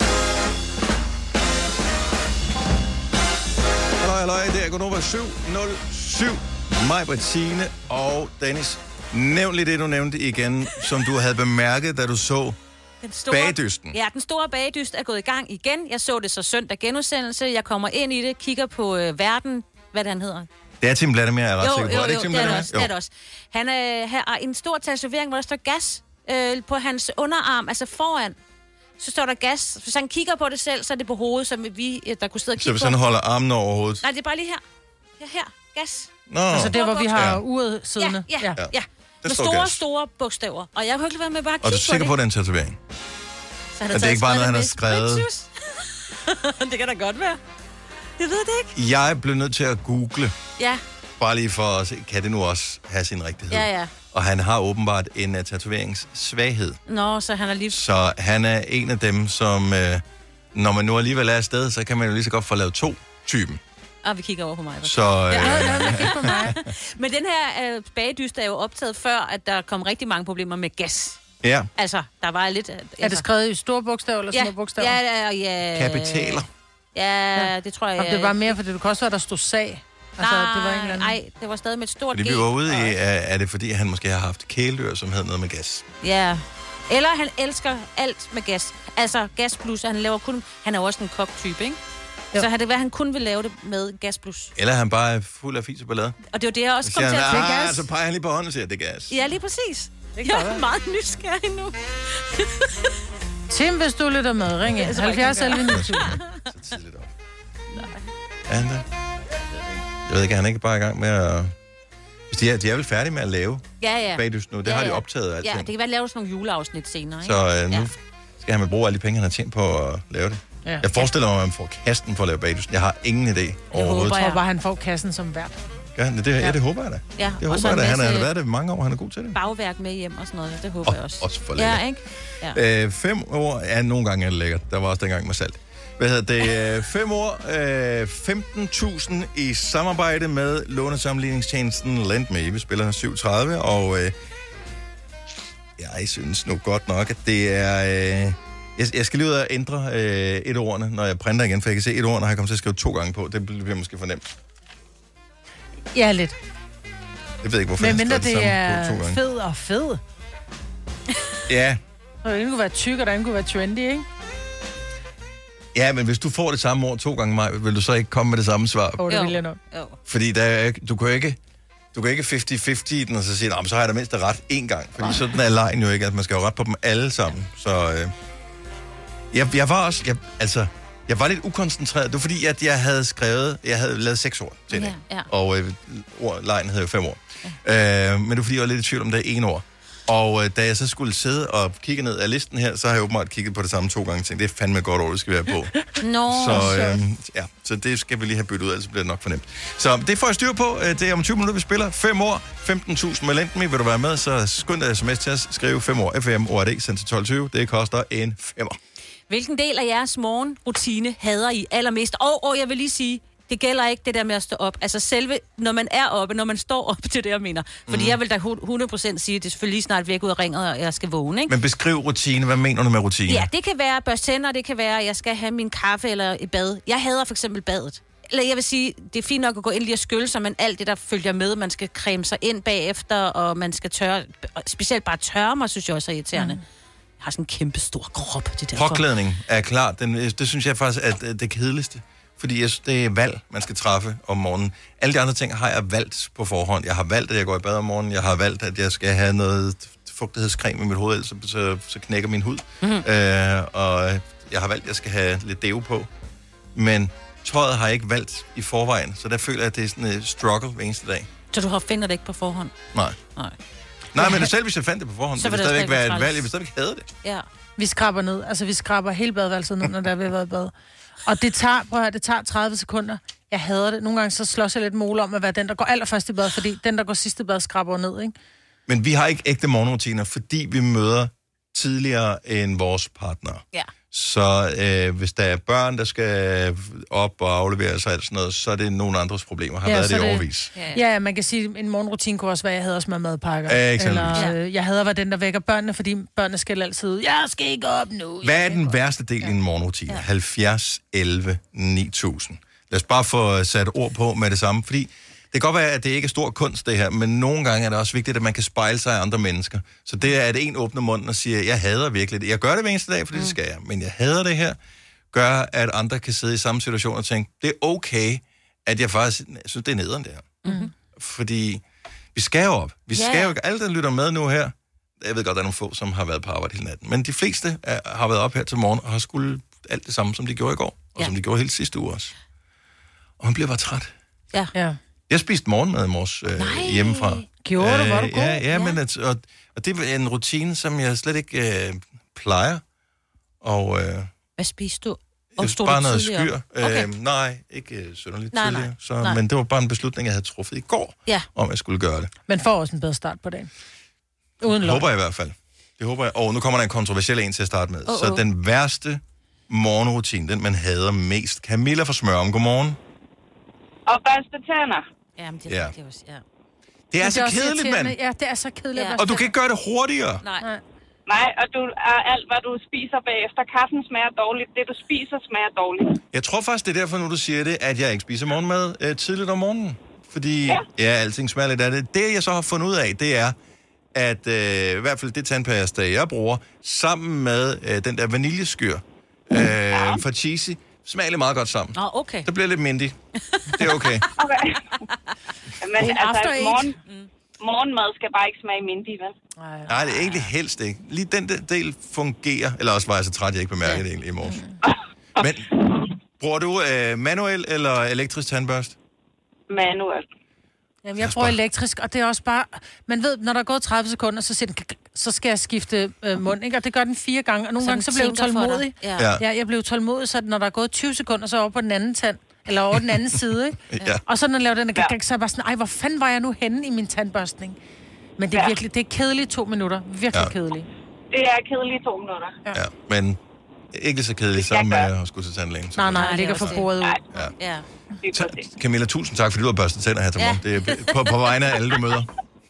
Halløj, det er Gonova 707. Mig, Bettine og Dennis. Nævn lige det, du nævnte igen, som du havde bemærket, da du så bagdysten.
Ja, den store bagdyst er gået i gang igen. Jeg så det så søndag genudsendelse. Jeg kommer ind i det, kigger på verden, hvad den hedder.
Det er Tim Vladimir, jeg er ret sikker på.
Jo, det er det også. Han har en stor tatovering, hvor der står gas på hans underarm, altså foran. Så står der gas. Hvis han kigger på det selv, så er det på hovedet, som vi, der kunne sidde og kigge på.
Så hvis han holder armen over hovedet?
Nej, det er bare lige her. Her, gas.
Nå.
Altså der, hvor vi har uret siddende.
Ja. Med store bogstaver. Og jeg kunne ikke lade være med bare at kigge på det.
Og du er sikker på den tatovering?
Så
det er ikke bare noget, han har skrevet?
Det kan da godt være. Jeg ved det ikke.
Jeg blev nødt til at google.
Ja.
Bare lige for at se, kan det nu også have sin rigtighed?
Ja.
Og han har åbenbart en tatoveringssvaghed.
Nå, så han er lige...
Så han er en af dem, som, når man nu alligevel er afsted, så kan man jo lige så godt få lavet 2-typen.
Vi kigger over på mig.
Så,
på mig. Men den her bagedyst er jo optaget før, at der kom rigtig mange problemer med gas.
Ja.
Altså, der var lidt...
Er det skrevet i store bogstaver eller små bogstaver?
Ja.
Kapitaler.
Ja, det tror jeg...
Og det var mere, fordi det kunne også være, der stod sag. Altså, det var en eller anden...
Nej, det var stadig med et stort
G. Vi var ude i, er det fordi, han måske har haft kæledyr, som havde noget med gas?
Ja. Eller han elsker alt med gas. Altså, gas plus, han er jo også en kok-type, ikke? Jo. Så har det været, at han kun vil lave det med gas plus.
Eller han bare er fuld af fis og ballade.
Og det er jo det, jeg også kom til at
tænke gas.
Så peger han lige på hånden og siger, at det er gas.
Ja, lige præcis. Jeg er meget nysgerrig nu.
Tim, hvis du lytter med, ring ind. 70 11 9000.
Så tidligt op. Nej. Er han det? Jeg ved ikke, han er ikke bare i gang med at... Hvis de er vel færdige med at lave bagdyst nu. Det har de optaget alt.
Ja, det kan være, at lave sådan nogle juleafsnit senere. Ikke?
Så nu skal han vel bruge alle de penge, han har tjent på at lave det. Ja. Jeg forestiller mig, at man får kassen for at lave bagdyst. Jeg har ingen idé overhovedet.
Jeg tror bare, han får kassen som vært.
Ja, det håber jeg da.
Ja,
det håber jeg da. Han har været det i mange år, han er god til det.
Bagværk med hjem og sådan noget, det håber jeg også.
Også for lækkert.
Ja, ikke?
5 år, nogle gange er det lækkert. Der var også dengang med salt. 5 år, 15.000 i samarbejde med lånesammenligningstjenesten LendMe. Vi spiller 37, og jeg synes nu godt nok, at det er... Jeg skal lige ud og ændre et ordene, når jeg printer igen, for jeg kan se et ord, når jeg kommer til at skrive 2 gange på. Det bliver måske for nemt.
Ja, lidt.
Jeg ved ikke, hvorfor
jeg
skrev det
samme
på 2 gange.
Fed og fed.
Ja.
Og den kunne være tyk, og den kunne være trendy, ikke?
Ja, men hvis du får det samme ord 2 gange, Maj, vil du så ikke komme med det samme svar?
Det vil jeg nok.
Fordi du kan ikke 50-50 i den, og så sige, så har jeg da mindst ret 1 gang. Fordi sådan er lejen jo ikke, at man skal jo ret på dem alle sammen. Så jeg var lidt ukoncentreret. Det var fordi, at jeg havde lavet 6 ord til det. Ja. Og lejen havde jo 5 ord. Ja. Men det var fordi, jeg var lidt i tvivl om det ene ord. Og da jeg så skulle sidde og kigge ned ad listen her, så har jeg åbenbart kigget på det samme 2 gange og tænkt, det er fandme et godt ord, det skal være på. Så det skal vi lige have byttet ud, ellers bliver det nok for nemt. Så det får jeg styr på. Det er om 20 minutter, vi spiller. 5 år, 15.000 med LendMe. Vil du være med, så skynd dig sms til os. Skriv 5 år, FM, ORD, send til 1220. Det koster en 5'er.
Hvilken del af jeres morgenrutine hader I allermest? Og jeg vil lige sige, det gælder ikke det der med at stå op. Altså selve, når man er oppe, når man står op, det er det, jeg mener. Fordi jeg vil da 100% sige, at det er selvfølgelig lige snart væk ud af ringet, og jeg skal vågne, ikke?
Men beskriv rutine. Hvad mener du med rutine?
Ja, det kan være børste tænder, det kan være, at jeg skal have min kaffe eller et bad. Jeg hader for eksempel badet. Eller jeg vil sige, det er fint nok at gå ind lige og skylle sig, men alt det, der følger med, man skal creme sig ind bagefter, og man skal tørre, specielt bare tørre mig, synes jeg også er irriterende. Jeg har sådan en kæmpe stor krop.
Påklædning er klart. Det synes jeg faktisk er det kedeligste. Fordi jeg synes, det er valg, man skal træffe om morgenen. Alle de andre ting har jeg valgt på forhånd. Jeg har valgt, at jeg går i bad om morgenen. Jeg har valgt, at jeg skal have noget fugtighedscreme i mit hoved, så knækker min hud. Og jeg har valgt, at jeg skal have lidt deo på. Men tøjet har jeg ikke valgt i forvejen, så der føler jeg, at det er sådan en struggle hver eneste dag.
Så du finder det ikke på forhånd?
Nej, men selv hvis jeg fandt det på forhånd, så vil det stadigvæk være et valg. Jeg vil stadigvæk have det.
Ja. Vi skraber ned. Altså, vi skraber hele badeværelset ned, når der vil være i bad. Og det tager 30 sekunder. Jeg hader det. Nogle gange så slås jeg lidt med Ole om at være den, der går allerførst i bad, fordi den, der går sidste bad, skraber ned, ikke?
Men vi har ikke ægte morgenrutiner, fordi vi møder tidligere end vores partner.
Ja.
Så hvis der er børn, der skal op og aflevere sig og sådan noget, så er det nogle andres problemer. Har været det i overvis.
Ja, man kan sige, at en morgenrutine kunne også være, at jeg havde også med madpakker.
Eller
jeg havde været den, der vækker børnene, fordi børnene skal altid ud. Jeg skal ikke op nu.
Hvad er den værste del i en morgenrutine? 70, 11, 9000. Lad os bare få sat ord på med det samme, fordi det kan godt være, at det ikke er stor kunst, det her, men nogle gange er det også vigtigt, at man kan spejle sig af andre mennesker. Så det er, at en åbner munden og siger, jeg hader virkelig det. Jeg gør det hver eneste dag, for det skal jeg, men jeg hader det her. Gør, at andre kan sidde i samme situation og tænke, det er okay, at jeg faktisk synes, det er nederen det her. Fordi vi skal jo op. Vi skal jo ikke. Alle, der lytter med nu her, jeg ved godt, der er nogle få, som har været på arbejde hele natten, men de fleste har været op her til morgen og har skulle alt det samme, som de gjorde i går, og som de gjorde hele sidste uge også. Og man bliver bare træt.
Ja.
Jeg spiste morgenmad i morges hjemmefra.
Gjorde du? Var du god?
Ja, men og det er en rutine, som jeg slet ikke plejer. Og,
hvad spiste du?
Bare noget skyr. Nej, ikke synderligt tidligere. Men det var bare en beslutning, jeg havde truffet i går, om jeg skulle gøre det.
Men får også en bedre start på dagen. Uden løgn.
Håber jeg i hvert fald. Det håber jeg. Og nu kommer der en kontroversiel en til at starte med. Så den værste morgenrutine, den man hader mest. Camilla fra Smørum, godmorgen.
Og børste tænder.
Jamen, det er rigtigt også, ja.
Det er så kedeligt, mand.
Ja, det er så kedeligt.
Og du kan ikke gøre det hurtigere.
Nej, og alt, hvad du spiser bagefter. Kaffen smager dårligt. Det, du spiser, smager dårligt.
Jeg tror faktisk, det er derfor, nu du siger det, at jeg ikke spiser morgenmad tidligt om morgenen. Fordi, alting smager lidt af det. Det, jeg så har fundet ud af, det er, at i hvert fald det tandpasta, jeg bruger, sammen med den der vaniljeskyr fra Cheesy, smager lidt meget godt sammen.
Okay.
Det bliver lidt mindig. Det er okay.
Men altså, morgenmad skal bare ikke smage mindig, vel?
Nej, det er egentlig helst ikke. Lige den del fungerer. Eller også var jeg så træt, at jeg ikke bemærkede det egentlig i morges. Men bruger du manuel eller elektrisk tandbørste?
Manuel.
Jamen, jeg bruger elektrisk, og det er også bare... Man ved, når der er gået 30 sekunder, så siger den... Så skal jeg skifte mund, ikke? Og det gør den 4 gange. Og nogle gange, så bliver jeg tålmodig. Ja, jeg blev tålmodig, så når der er gået 20 sekunder, så over på den anden tand. Eller over den anden side, ikke?
Ja.
Og så når den laver den, så er jeg bare sådan, hvor fanden var jeg nu henne i min tandbørstning? Men det er virkelig, det er kedeligt 2 minutter. Virkelig kedeligt.
Det er kedeligt 2 minutter.
Ja, men ikke så kedeligt sammen med at skulle til tandlægen.
Nej, jeg ligger for bordet ud.
Ja.
Camilla, tusind tak, fordi du har børstet tænder her til morgen. Det er på vegne af alle, du møder.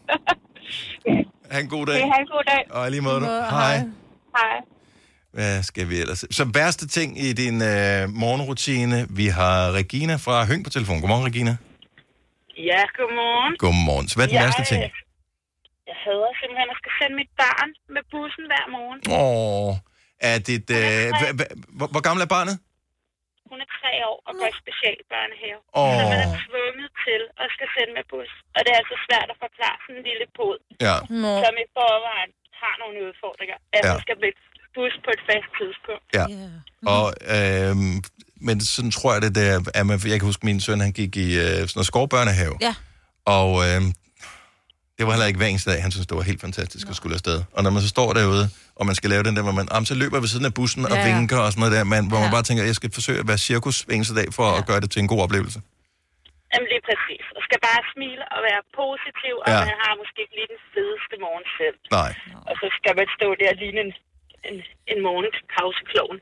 Ha' en god dag.
Ha' en god dag.
Og lige måde du. Hej.
Hej.
Hvad skal vi ellers? Så værste ting i din morgenrutine. Vi har Regina fra Høng på telefon. Godmorgen, Regina.
Ja, godmorgen.
Godmorgen. Så hvad er den værste ting?
Jeg hader simpelthen at skal sende mit barn med bussen hver morgen.
Er dit... hvor gammel er barnet?
Hun er 3 år og går i specialbørnehave. Så man er tvunget til at skal sende med bus. Og det er altså svært at forklare sådan en lille pod, som i forvejen har nogle udfordringer. At hun skal med bus på et fast tidspunkt.
Ja. Og, men sådan tror jeg, det der... Jeg kan huske, min søn, han gik i sådan noget skovbørnehave. Ja. Og det var heller ikke hver eneste dag. Han synes, det var helt fantastisk at skulle afsted. Og når man så står derude, og man skal lave den der, hvor man så løber ved siden af bussen og vinker og sådan noget der, hvor man bare tænker, jeg skal forsøge at være cirkus hver eneste dag for at gøre det til en god oplevelse.
Jamen lige præcis. Og skal bare smile og være positiv, og man har måske ikke lige den fedeste morgen selv.
Nej.
Og så skal man stå der og ligne en morgenpauseklovn.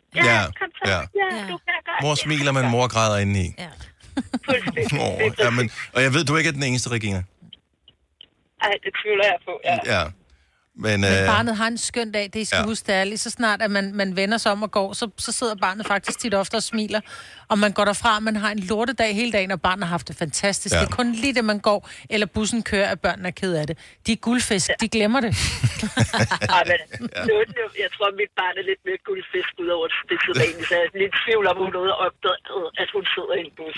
Du kan gøre
Mor smiler, men mor græder indeni.
Ja. Fuldstændig.
Og jeg ved, du ikke er den eneste, Regina.
Ej, det tvivler jeg på,
ja. Men
barnet har en skøn dag, det skal huske, det er lige så snart, at man vender sig om og går, så sidder barnet faktisk tit ofte og smiler, og man går derfra, man har en lortedag hele dagen, og barnet har haft det fantastisk. Det er kun lige det, man går, eller bussen kører, at børnene er ked af det. De er guldfisk, de glemmer det.
Jeg tror, mit barn er lidt mere guldfisk, udover det sidder egentlig, så jeg er lidt tvivl om, hun har opdaget, at hun sidder i en bus.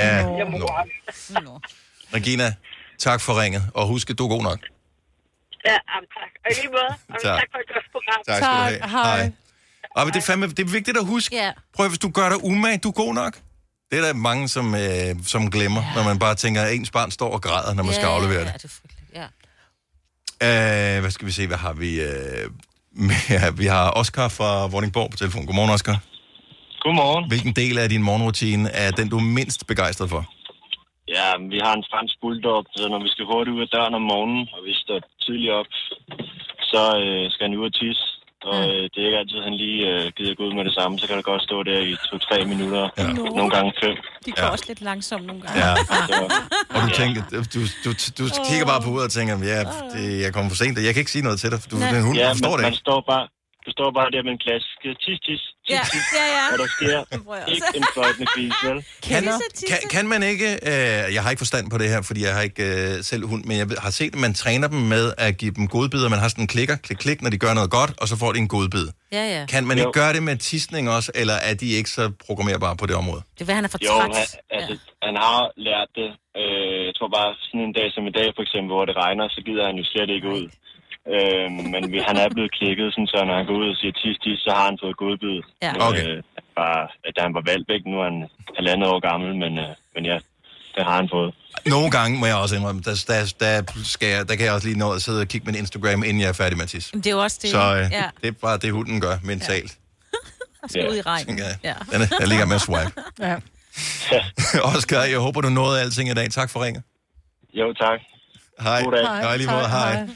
Regina, tak for ringet, og husk, at du er god nok.
Ja, tak. Og i lige måde. Og tak for et godt program.
Tak skal du have. Hej. Og det er vigtigt at huske. Yeah. Prøv, hvis du gør dig umage, du er god nok. Det er der mange, som glemmer, når man bare tænker, at ens barn står og græder, når man skal aflevere det.
Det er frygteligt.
Hvad skal vi se, hvad har vi? Vi har Oscar fra Vordingborg på telefon. Godmorgen, Oscar.
Godmorgen.
Hvilken del af din morgenrutine er den, du er mindst begejstret for?
Ja, vi har en fransk bulldog, så når vi skal hurtigt ud af døren om morgenen, og vi står tidligt op, så skal han ud og tisse. Og det er ikke altid, at han lige gider gå ud med det samme. Så kan det godt stå der i 2-3 minutter, nogle gange 5.
De går også lidt langsomt nogle gange.
Ja. Og du tænker, du kigger bare på uret og tænker, jeg kommer for sent, jeg kan ikke sige noget til dig, for du er en hund, du forstår det ikke.
Du står bare der med en klassisk tis. Og der sker ikke en fløjtende fis, vel?
Kan man ikke, jeg har ikke forstand på det her, fordi jeg har ikke selv hund, men jeg har set, at man træner dem med at give dem godbidder. Man har sådan en klik, når de gør noget godt, og så får de en godbid.
Ja.
Kan man ikke gøre det med tisning også, eller er de ikke så programmerbare på det område?
Det vil han er for træt.
Han har lært det. Jeg tror bare, sådan en dag som i dag, for eksempel, hvor det regner, så gider han jo slet ikke ud. Men han er blevet klikket, sådan, så når han går ud og siger tis, så har han fået godbid.
Ja.
Okay.
Da han var valgvæk, nu er han 1,5 år gammel, men ja, det har han fået.
Nogle gange må jeg også indrømme, der kan jeg også lige nå at sidde og kigge min Instagram, inden jeg er færdig med at tisse.
Det er jo også det.
Så det er bare det, hunden gør mentalt.
Og skal ud i regnen.
Den er lige med at swipe.
Ja.
Oscar, jeg håber, du nåede alting i dag. Tak for ringet.
Jo, tak.
Hej.
God dag.
Hej, lige måde. Hej.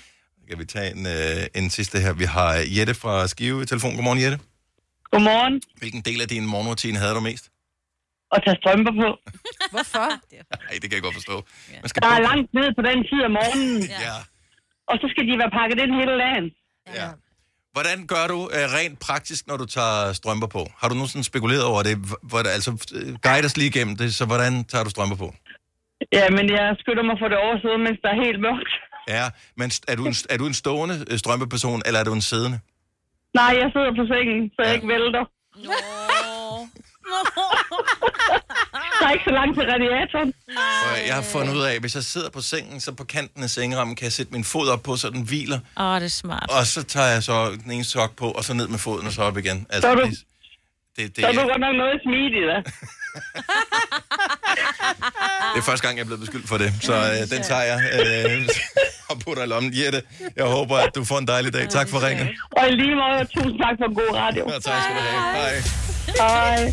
Kan vi tage en sidste her? Vi har Jette fra Skive i telefon. Godmorgen, Jette.
Godmorgen.
Hvilken del af din morgenrutine havde du mest?
At tage strømper på.
Hvorfor?
Nej, det kan jeg godt forstå.
Der er langt ned på den tid af morgenen.
Ja.
Og så skal de være pakket ind hele dagen.
Ja. Hvordan gør du rent praktisk, når du tager strømper på? Har du nogensinde spekuleret over det? Altså, guide os lige igennem det, så hvordan tager du strømper på?
Ja, men jeg skynder mig for det overside, mens der er helt mørkt.
Ja, men er du en stående strømpeperson, eller er du en siddende?
Nej, jeg sidder på sengen, så jeg ikke vælter. Der er ikke så langt til radiatoren.
Jeg har fundet ud af, at hvis jeg sidder på sengen, så på kanten af sengerammen kan jeg sætte min fod op på, så den hviler.
Det er smart.
Og så tager jeg så den ene sok på, og så ned med foden, og så op igen. Altså,
så er du godt nok noget smidigt, da.
Det er første gang, jeg er blevet beskyldt for det, så den tager jeg og putter i lommen. Jette, jeg håber, at du får en dejlig dag. Tak for ringet.
Og i lige måde, tusind tak for god radio.
Ja, tak skal du have. Hej.
Hej.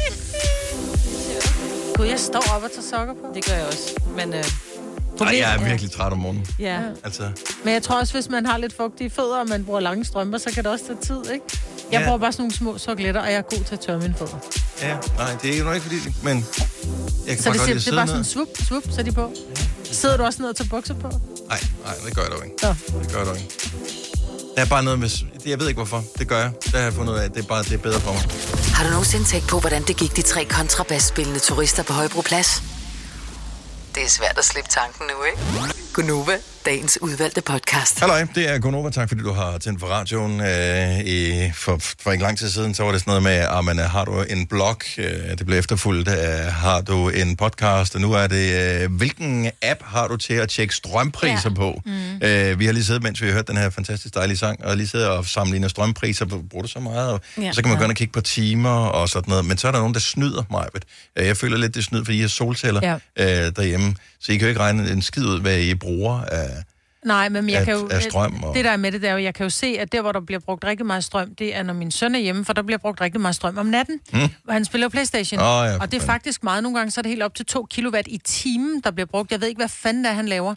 Gud, jeg står op og tager sokker på.
Det gør jeg også. Men
jeg er virkelig træt om morgenen.
Ja.
Altså.
Men jeg tror også, hvis man har lidt fugtige fødder, og man bruger lange strømper, så kan det også tage tid, ikke? Jeg bruger bare sådan nogle små sokletter, og jeg er god til at tørre mine fødder.
Ja, nej, det er jo ikke fordi, men jeg kan
så
bare godt lide
det er bare sådan swoop, så er de på. Sidder du også ned og tager bukser på?
Nej, det gør jeg dog ikke. Det gør jeg dog ikke. Der er bare noget med... Jeg ved ikke hvorfor. Det gør jeg. Det har jeg fundet ud af. Det er bedre for mig.
Har du nogensinde tænkt på, hvordan det gik de 3 kontrabasspillende turister på Højbroplads? Det er svært at slippe tanken nu, ikke? Gunova, dagens udvalgte podcast.
Halløj, det er Gunova. Tak fordi du har tændt for radioen. For ikke lang tid siden, så var det sådan noget med, har du en blog? Det blev efterfulgt af, har du en podcast? Og nu er det, hvilken app har du til at tjekke strømpriser på? Vi har lige siddet, mens vi har hørt den her fantastisk dejlige sang, og lige siddet og sammenlignet strømpriser. Bruger du så meget? Og så kan man gå ind og kigge på timer og sådan noget. Men så er der nogen, der snyder mig. Jeg føler lidt, det snyd, fordi I har solceller derhjemme. Så I kan jo ikke regne en skid ud, hvad I bruger
Nej, men jeg kan jo,
af strøm.
Det der er med det, der er jo, jeg kan jo se, at der, hvor der bliver brugt rigtig meget strøm, det er, når min søn er hjemme, for der bliver brugt rigtig meget strøm om natten. Og han spiller PlayStation. Og det er faktisk meget. Nogle gange, så er det helt op til 2 kilowatt i timen, der bliver brugt. Jeg ved ikke, hvad fanden det er, han laver.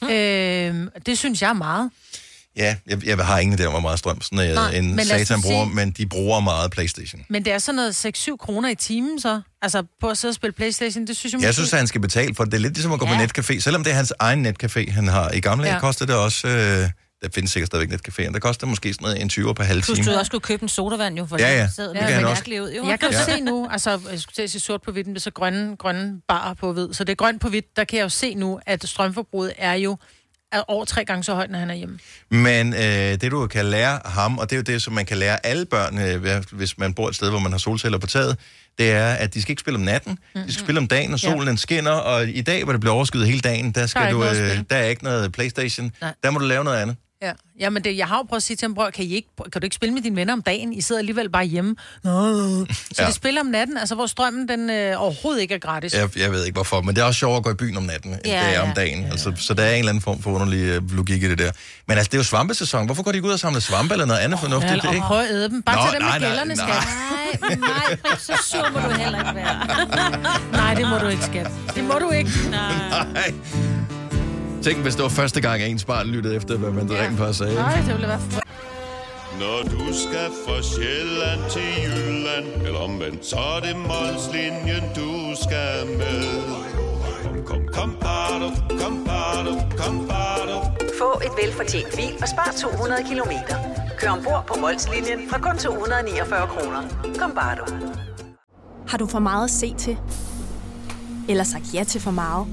Det synes jeg er meget.
Ja, jeg har ingen idé om, hvor meget strøm sådan en satan bruger, men de bruger meget PlayStation.
Men det er sådan noget 6-7 kroner i timen, så? Altså, på at sidde og spille PlayStation, det synes jeg...
Jeg synes, at han skal betale for det. Det er lidt ligesom at gå på netcafé. Selvom det er hans egen netcafé, han har. I gamle dage koster det også... der findes sikkert stadigvæk netcaféen. Der koster måske sådan noget en 20 per halv time.
Plus du også skulle købe en sodavand, jo, for det
kan han også.
Ud, jo. Jeg kan jo se nu, altså, jeg skulle til at sige sort på hvidt, men så grønne barer på hvid. Så det er grønt på hvidt, der kan jeg jo se nu, at strømforbruget er jo over 3 gange så højt, når han er hjemme.
Men det, du kan lære ham, og det er jo det, som man kan lære alle børn, hvis man bor et sted, hvor man har solceller på taget, det er, at de skal ikke spille om natten, de skal spille om dagen, og solen den skinner, og i dag, hvor det bliver overskyet hele dagen, der er ikke noget PlayStation. Nej. Der må du lave noget andet.
Ja, men jeg har jo prøvet at sige til ham, kan du ikke spille med dine venner om dagen? I sidder alligevel bare hjemme. Så de spiller om natten, altså hvor strømmen den overhovedet ikke er gratis.
Jeg ved ikke hvorfor, men det er også sjovere at gå i byen om natten, end det er om dagen. Ja. Altså, så der er en eller anden form for underlig logik i det der. Men altså, det er jo svampesæson. Hvorfor går de ikke ud og samle svampe eller noget andet fornuftigt?
Ja, og prøv at æde dem. Bare til dem med gælderne, skat.
Nej, så sur må du heller ikke være.
Nej, det må du ikke, skat. Det må du ikke.
Nej. Tænk, hvis det var første gang, at ens barn lyttede efter, hvad man rent faktisk sagde.
Nej, det ville være
Når du skal fra Sjælland til Jylland, eller omvendt, så er det Molslinjen, du skal med. Kom, bado, kom, bado.
Få et velfortjent bil og spar 200 kilometer. Kør ombord på Molslinjen fra kun 249 kroner. Kom, bado.
Har du for meget at se til? Eller sagt ja til for meget?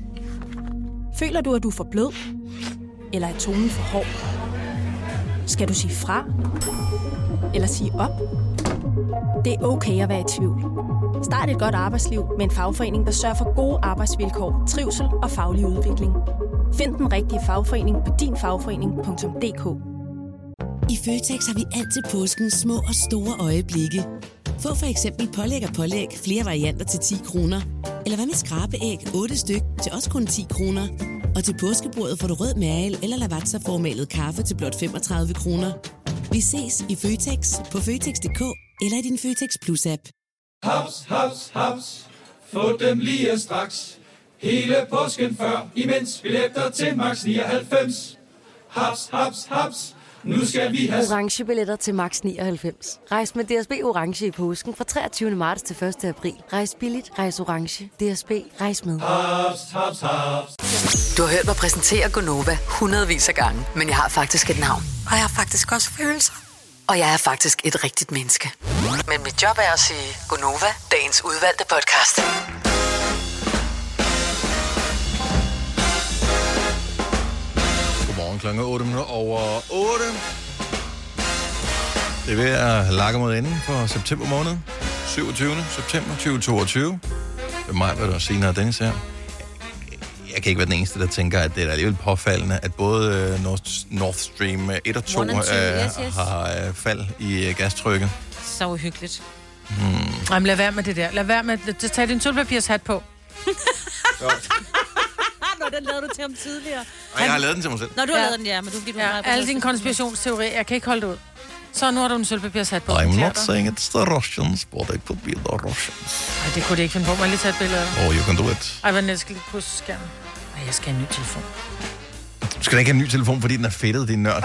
Føler du, at du er for blød? Eller er tonen for hård? Skal du sige fra? Eller sige op? Det er okay at være i tvivl. Start et godt arbejdsliv med en fagforening, der sørger for gode arbejdsvilkår, trivsel og faglig udvikling. Find den rigtige fagforening på dinfagforening.dk.
I Føtex har vi altid påskens små og store øjeblikke. Få for eksempel pålæg flere varianter til 10 kroner. Eller hvad med skrabeæg 8 styk til også kun 10 kroner. Og til påskebordet får du rød mal eller lavatserformalet kaffe til blot 35 kroner. Vi ses i Føtex på Føtex.dk eller i din Føtex Plus-app.
Haps, haps, haps. Få dem lige straks. Hele påsken før, imens billetter til max 99. Haps, haps, haps. Nu skal vi have
orange billetter til max 99. Rejs med DSB orange i påsken fra 23. marts til 1. april. Rejs billigt, rejs orange. DSB, rejs med.
haps, haps, haps.
Du har hørt mig præsentere Gonova hundredvis af gange, men jeg har faktisk et navn. Og jeg har faktisk også følelser. Og jeg er faktisk et rigtigt menneske. Men mit job er at sige Gonova, dagens udvalgte podcast.
Godmorgen, klokken 8:08. Det er ved at lakke mod enden for september måned. 27. september 2022. Det er mig, der senere Dennis her. Jeg kan ikke være den eneste, der tænker, at det er alligevel påfaldende, at både Nord Stream 1 og 2 har fald i gastrykket.
Så uhyggeligt.
Jamen, lad være med det der. Lad være med det. Tag din sølvpapirshat på.
Nå, den lavede du til ham tidligere.
Nej, jeg har lavet den til mig selv.
Nå, du har lavet den, ja, men du fordi du har
alle dine konspirationsteorier, jeg kan ikke holde det ud. Så nu har du en sølvpapirshat på.
I'm not saying it's the Russians, but it could be the Russians.
Nej, det kunne de ikke finde på. Må jeg lige tage et billede af det?
Oh, you can do it.
Ej, hvad skal lige krydse skærmen? Ej, jeg skal have en ny telefon.
Du skal da ikke have en ny telefon, fordi den er fedtet, din nørd.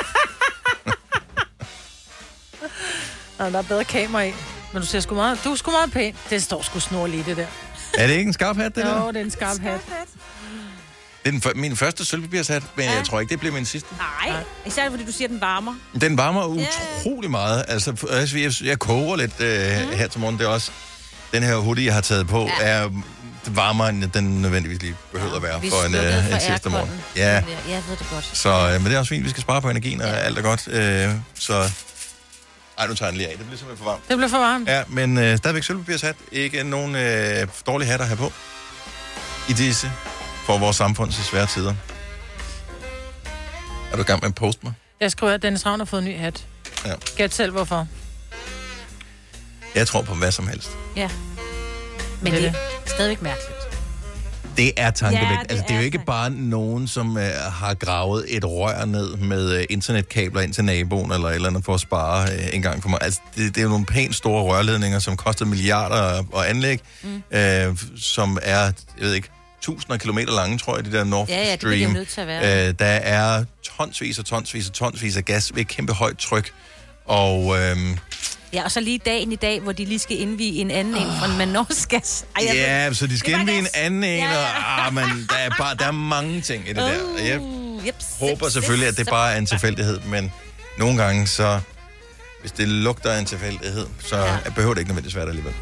Nå, der er bedre kamera i. Men du ser sgu meget, du er sgu meget pæn. Det står sgu snorligt, det der.
Er det ikke en skarp hat, det der?
Jo, det er en skarp hat.
Det er min første sølvpapirshat, men jeg tror ikke, det bliver min sidste.
Nej, især fordi du siger, den varmer.
Den varmer utrolig meget. Altså, jeg koger lidt her til morgen. Det er også den her hoodie, jeg har taget på, er varmere, end den nødvendigvis lige behøver at være for en sidste morgen. Ja,
jeg ved det godt.
Så, men det er også fint, vi skal spare på energien, og alt er godt. Så... Ej, nu tager jeg den lige af. Det bliver simpelthen for varmt.
Det bliver for varmt.
Ja, men stadigvæk sølvpapirshat. Ikke nogen dårlige hatter her på. I disse for vores samfund så svære tider. Er du i gang med at poste mig?
Jeg skriver, at Dennis Ravn har fået en ny hat. Ja. Gæt selv, hvorfor.
Jeg tror på hvad som helst.
Ja. Men det er stadigvæk mærkeligt.
Det er tankevækkende.
Ja,
altså, det er jo ikke bare nogen, som har gravet et rør ned med internetkabler ind til naboen eller et eller andet for at spare en gang for mig. Altså, det er jo nogle pænt store rørledninger, som koster milliarder at anlægge, som er, jeg ved ikke, tusinder af kilometer lange, tror jeg, det der Nord Stream.
Ja, det bliver nødt til at være.
Der er tonsvis af gas ved et kæmpe højt tryk. Og...
Ja, og så lige dagen i dag, hvor de lige skal indvige en anden en fra en norsk-gas.
Ja, så de skal indvige en anden en, og men der er mange ting i det der. Og jeg håber selvfølgelig, at det bare er en tilfældighed, men nogle gange så, hvis det lugter af en tilfældighed, så behøver det ikke nødvendigvis være det alligevel.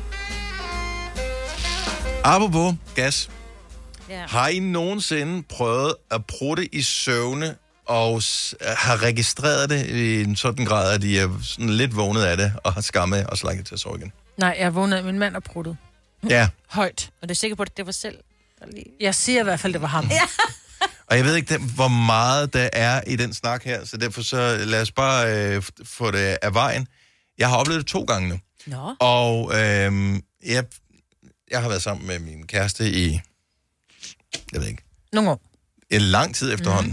Apropos gas. Har I nogensinde prøvet at prutte i søvne, og har registreret det i en sådan grad, at I er sådan lidt vågnet af det, og har skammet og slanket til at sove igen?
Nej, jeg vågnede af min mand og pruttet.
Ja.
Højt.
Og du er sikker på, at det var selv?
Jeg siger i hvert fald, det var ham.
Ja.
Og jeg ved ikke, hvor meget der er i den snak her, så derfor så lad os bare få det af vejen. Jeg har oplevet det 2 gange nu.
Nå.
Og jeg har været sammen med min kæreste i, jeg ved ikke.
Nogle år.
En lang tid efterhånden.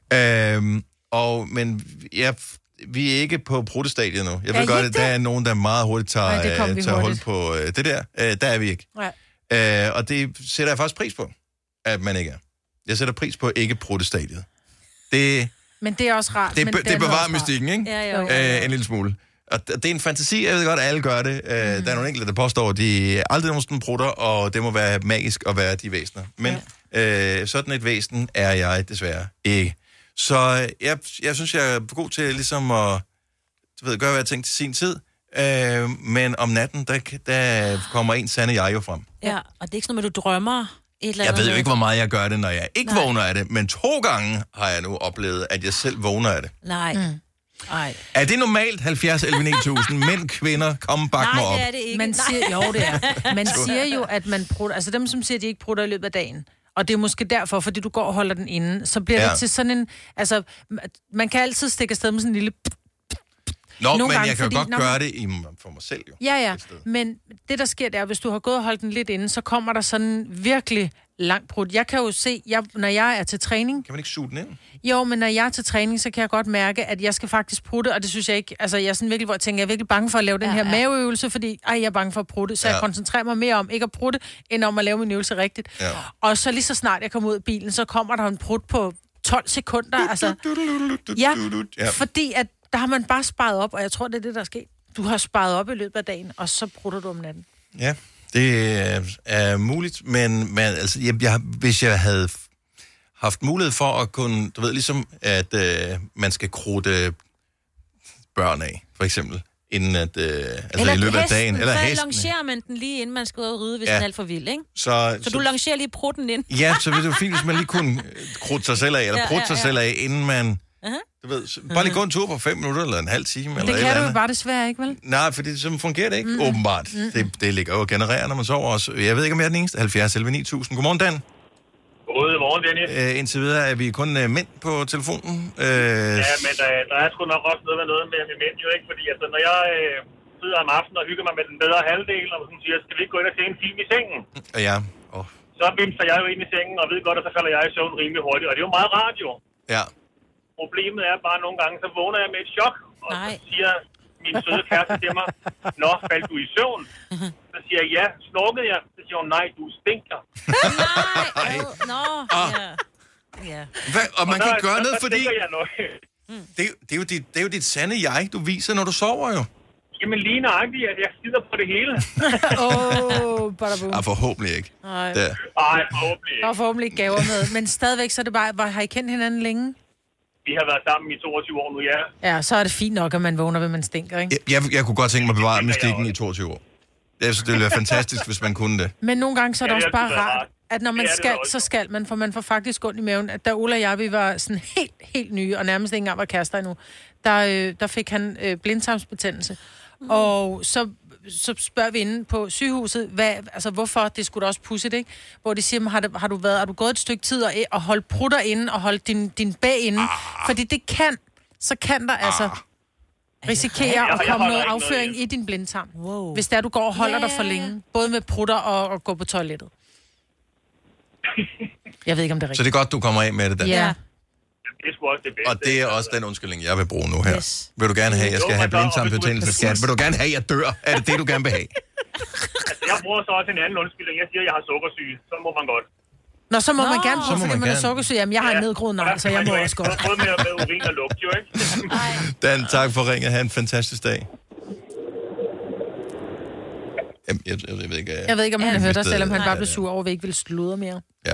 Men vi er ikke på prutestadiet nu. Jeg ved godt, at der er nogen, der meget hurtigt tager hul på det der. Der er vi ikke.
Nej.
Og det sætter jeg faktisk pris på, at man ikke er. Jeg sætter pris på ikke prutestadiet.
Men det er også rart.
Det bevarer mystikken, ikke?
Ja.
En lille smule. Og det er en fantasi, jeg ved godt, at alle gør det. Der er nogle enkelte, der påstår, at de aldrig nogensinde prutter, og det må være magisk at være de væsener. Men sådan et væsen er jeg desværre ikke. Så jeg synes, jeg er god til ligesom at gøre, hvad jeg tænkte til sin tid. Men om natten, der kommer en sande jeg jo frem.
Ja, og det er ikke sådan noget, du drømmer et eller
andet. Jeg ved jo ikke, hvor meget jeg gør det, når jeg ikke vågner af det. Men 2 gange har jeg nu oplevet, at jeg selv vågner af det.
Nej. Ej.
Er det normalt 70 11 9000? Mænd, kvinder, kom bak mig op.
Nej, det er det ikke.
Man siger, jo, det er. Man siger jo, at man prutter, altså dem, som siger, at de ikke prutter i løbet af dagen. Og det er måske derfor, fordi du går og holder den inde, så bliver det til sådan en, altså, man kan altid stikke afsted med sådan en lille...
Men jeg kan jo godt gøre det for mig selv jo.
Ja, men det der sker, det er, hvis du har gået og holdt den lidt inde, så kommer der sådan virkelig langt prut. Jeg kan jo se, når jeg er til træning...
Kan man ikke suge den ind?
Jo, men når jeg er til træning, så kan jeg godt mærke, at jeg skal faktisk prutte, og det synes jeg ikke... Altså, jeg er sådan virkelig, hvor jeg tænker, jeg er virkelig bange for at lave den her maveøvelse, fordi jeg er bange for at prutte, så jeg koncentrerer mig mere om ikke at prutte, end om at lave min øvelse rigtigt. Ja. Og så lige så snart jeg kommer ud af bilen, så kommer der en prut på 12 sekunder. Altså, ja, fordi at der har man bare sparet op, og jeg tror, det er det, der er sket. Du har sparet op i løbet af dagen, og så prutter du om natten.
Ja, det er muligt, men altså, hvis jeg havde haft mulighed for at kunne, du ved, ligesom at man skal krudte børn af, for eksempel, inden at, altså i løbet af dagen. Eller
så
hesten.
lancerer man den lige inden man skal ud og ride, hvis den er alt for vild, ikke?
Så
du lancerer lige prutten ind.
Ja, så det var fint, hvis man lige kunne krudte sig selv af, eller prutte sig selv af, inden man... Du ved, bare lige gå en tur på 5 minutter, eller en halv time, eller
det kan du jo bare desværre ikke, vel?
Nej, for det fungerer det ikke, åbenbart. Det ligger jo og genererer, når man sover også. Jeg ved ikke, om jeg er den eneste. 70 11 9000. Godmorgen, Dan.
Godmorgen, Dennis.
Indtil videre er vi kun mænd på telefonen.
Ja, men der er sgu nok også noget med mænd, jo ikke? Fordi altså, når jeg sidder om aftenen og hygger mig med den bedre halvdel, og sådan siger, skal vi ikke gå ind og se en film i sengen?
Ja.
Så vimser jeg jo ind i sengen, og ved godt, at så falder jeg i søvn rimelig hurtigt. Og det er jo meget rart, jo.
Ja.
Problemet er bare nogle gange, så vågner jeg med et chok, og så siger min søde kæreste til mig, nå, faldt du i søvn? Så siger jeg, ja. Snorkede jeg? Så siger hun, nej, du stinker.
Ja.
Og man kan gøre noget, fordi... Det er jo dit sande jeg, du viser, når du sover jo.
Jamen lige nøjagtigt, at jeg skider på det hele.
Forhåbentlig ikke.
Nej,
forhåbentlig ikke.
Og forhåbentlig ikke gaver med. Men stadigvæk, så er det bare... Har I kendt hinanden længe?
Vi har været sammen i 22 år nu, ja.
Ja, så er det fint nok, at man vågner ved, man stinker, ikke?
Jeg kunne godt tænke mig at bevare mystikken i 22 år. Jeg synes, det ville være fantastisk, hvis man kunne det.
Men nogle gange så er det også bare rart, at når man skal, så skal man, for man får faktisk ondt i maven. At da Ola og jeg, vi var sådan helt nye, og nærmest ikke engang var kærester endnu, der fik han blindtarmsbetændelse. Og så spørger vi inde på sygehuset, hvorfor, det skulle da også pudsigt, ikke? Hvor de siger, har du gået et stykke tid og holdt prutter inde, og holdt din bag inde? Fordi det kan der altså risikere at komme noget afføring i din blindtarm. Wow. Hvis du går og holder dig for længe. Både med prutter og gå på toilettet. Jeg ved ikke, om det er rigtigt.
Så det er godt, du kommer af med det, Dan.
Ja.
Det er sgu også det bedste.
Og det er også den undskyldning, jeg vil bruge nu her. Yes. Vil du gerne have, jeg skal have blindtarmbetændelse, skat? Vil du gerne have, jeg dør? Er det det, du gerne vil have?
Altså, jeg bruger så også en anden undskyldning. Jeg siger, jeg har sukkersyge. Så må man godt.
Nå, så må man gerne bruge, fordi man er sukkersyg. Jamen, jeg har en nedgroet nej, så jeg må også godt.
Både med urin og lugt, jo, ikke?
Dan, tak for ringet. Ha' en fantastisk dag.
Jeg ved ikke, om han hørte dig, selvom han bare blev sur over, at vi ikke ville sludre mere.
Ja.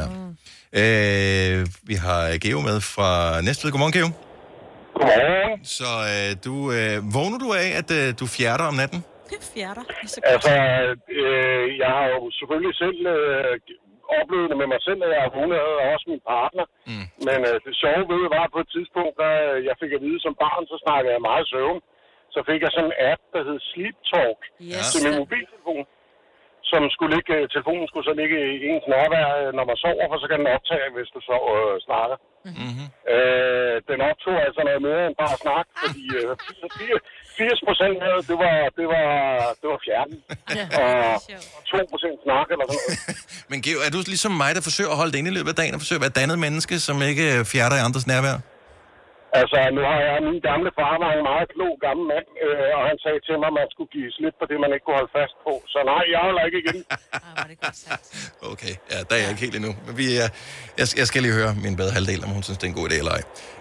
Vi har Geo med fra Næstved. Godmorgen, Geo.
Godmorgen.
Så vågner du af, at du fjerter om natten?
Fjerter?
Altså, jeg har jo selvfølgelig selv oplevet det med mig selv, at jeg har vågnet, og også min partner. Men det sjove ved var på et tidspunkt, da jeg fik at vide som barn, så snakkede jeg meget søvn. Så fik jeg sådan en app, der hed Sleep Talk til min mobiltelefon, som telefonen skulle så ligge i ens nærvær, når man sover, for så kan den optage, hvis du snakker. Mm-hmm. Den optog altså noget mere end bare snak, fordi 80% af det var fjernet, og 2% snak eller sådan noget.
Men Geo, er du ligesom mig, der forsøger at holde det inde i løbet af dagen, og forsøger at være et dannet menneske, som ikke fjerter i andres nærvær?
Altså, nu har jeg min gamle far, var en meget klog gammel mand, og han sagde til mig, at man skulle give slip på det, man ikke kunne holde fast på. Så nej, jeg holder ikke igen.
Okay, ja, der er jeg ikke helt endnu. Men jeg skal lige høre min bedre halvdel, om hun synes, det er en god idé eller ej.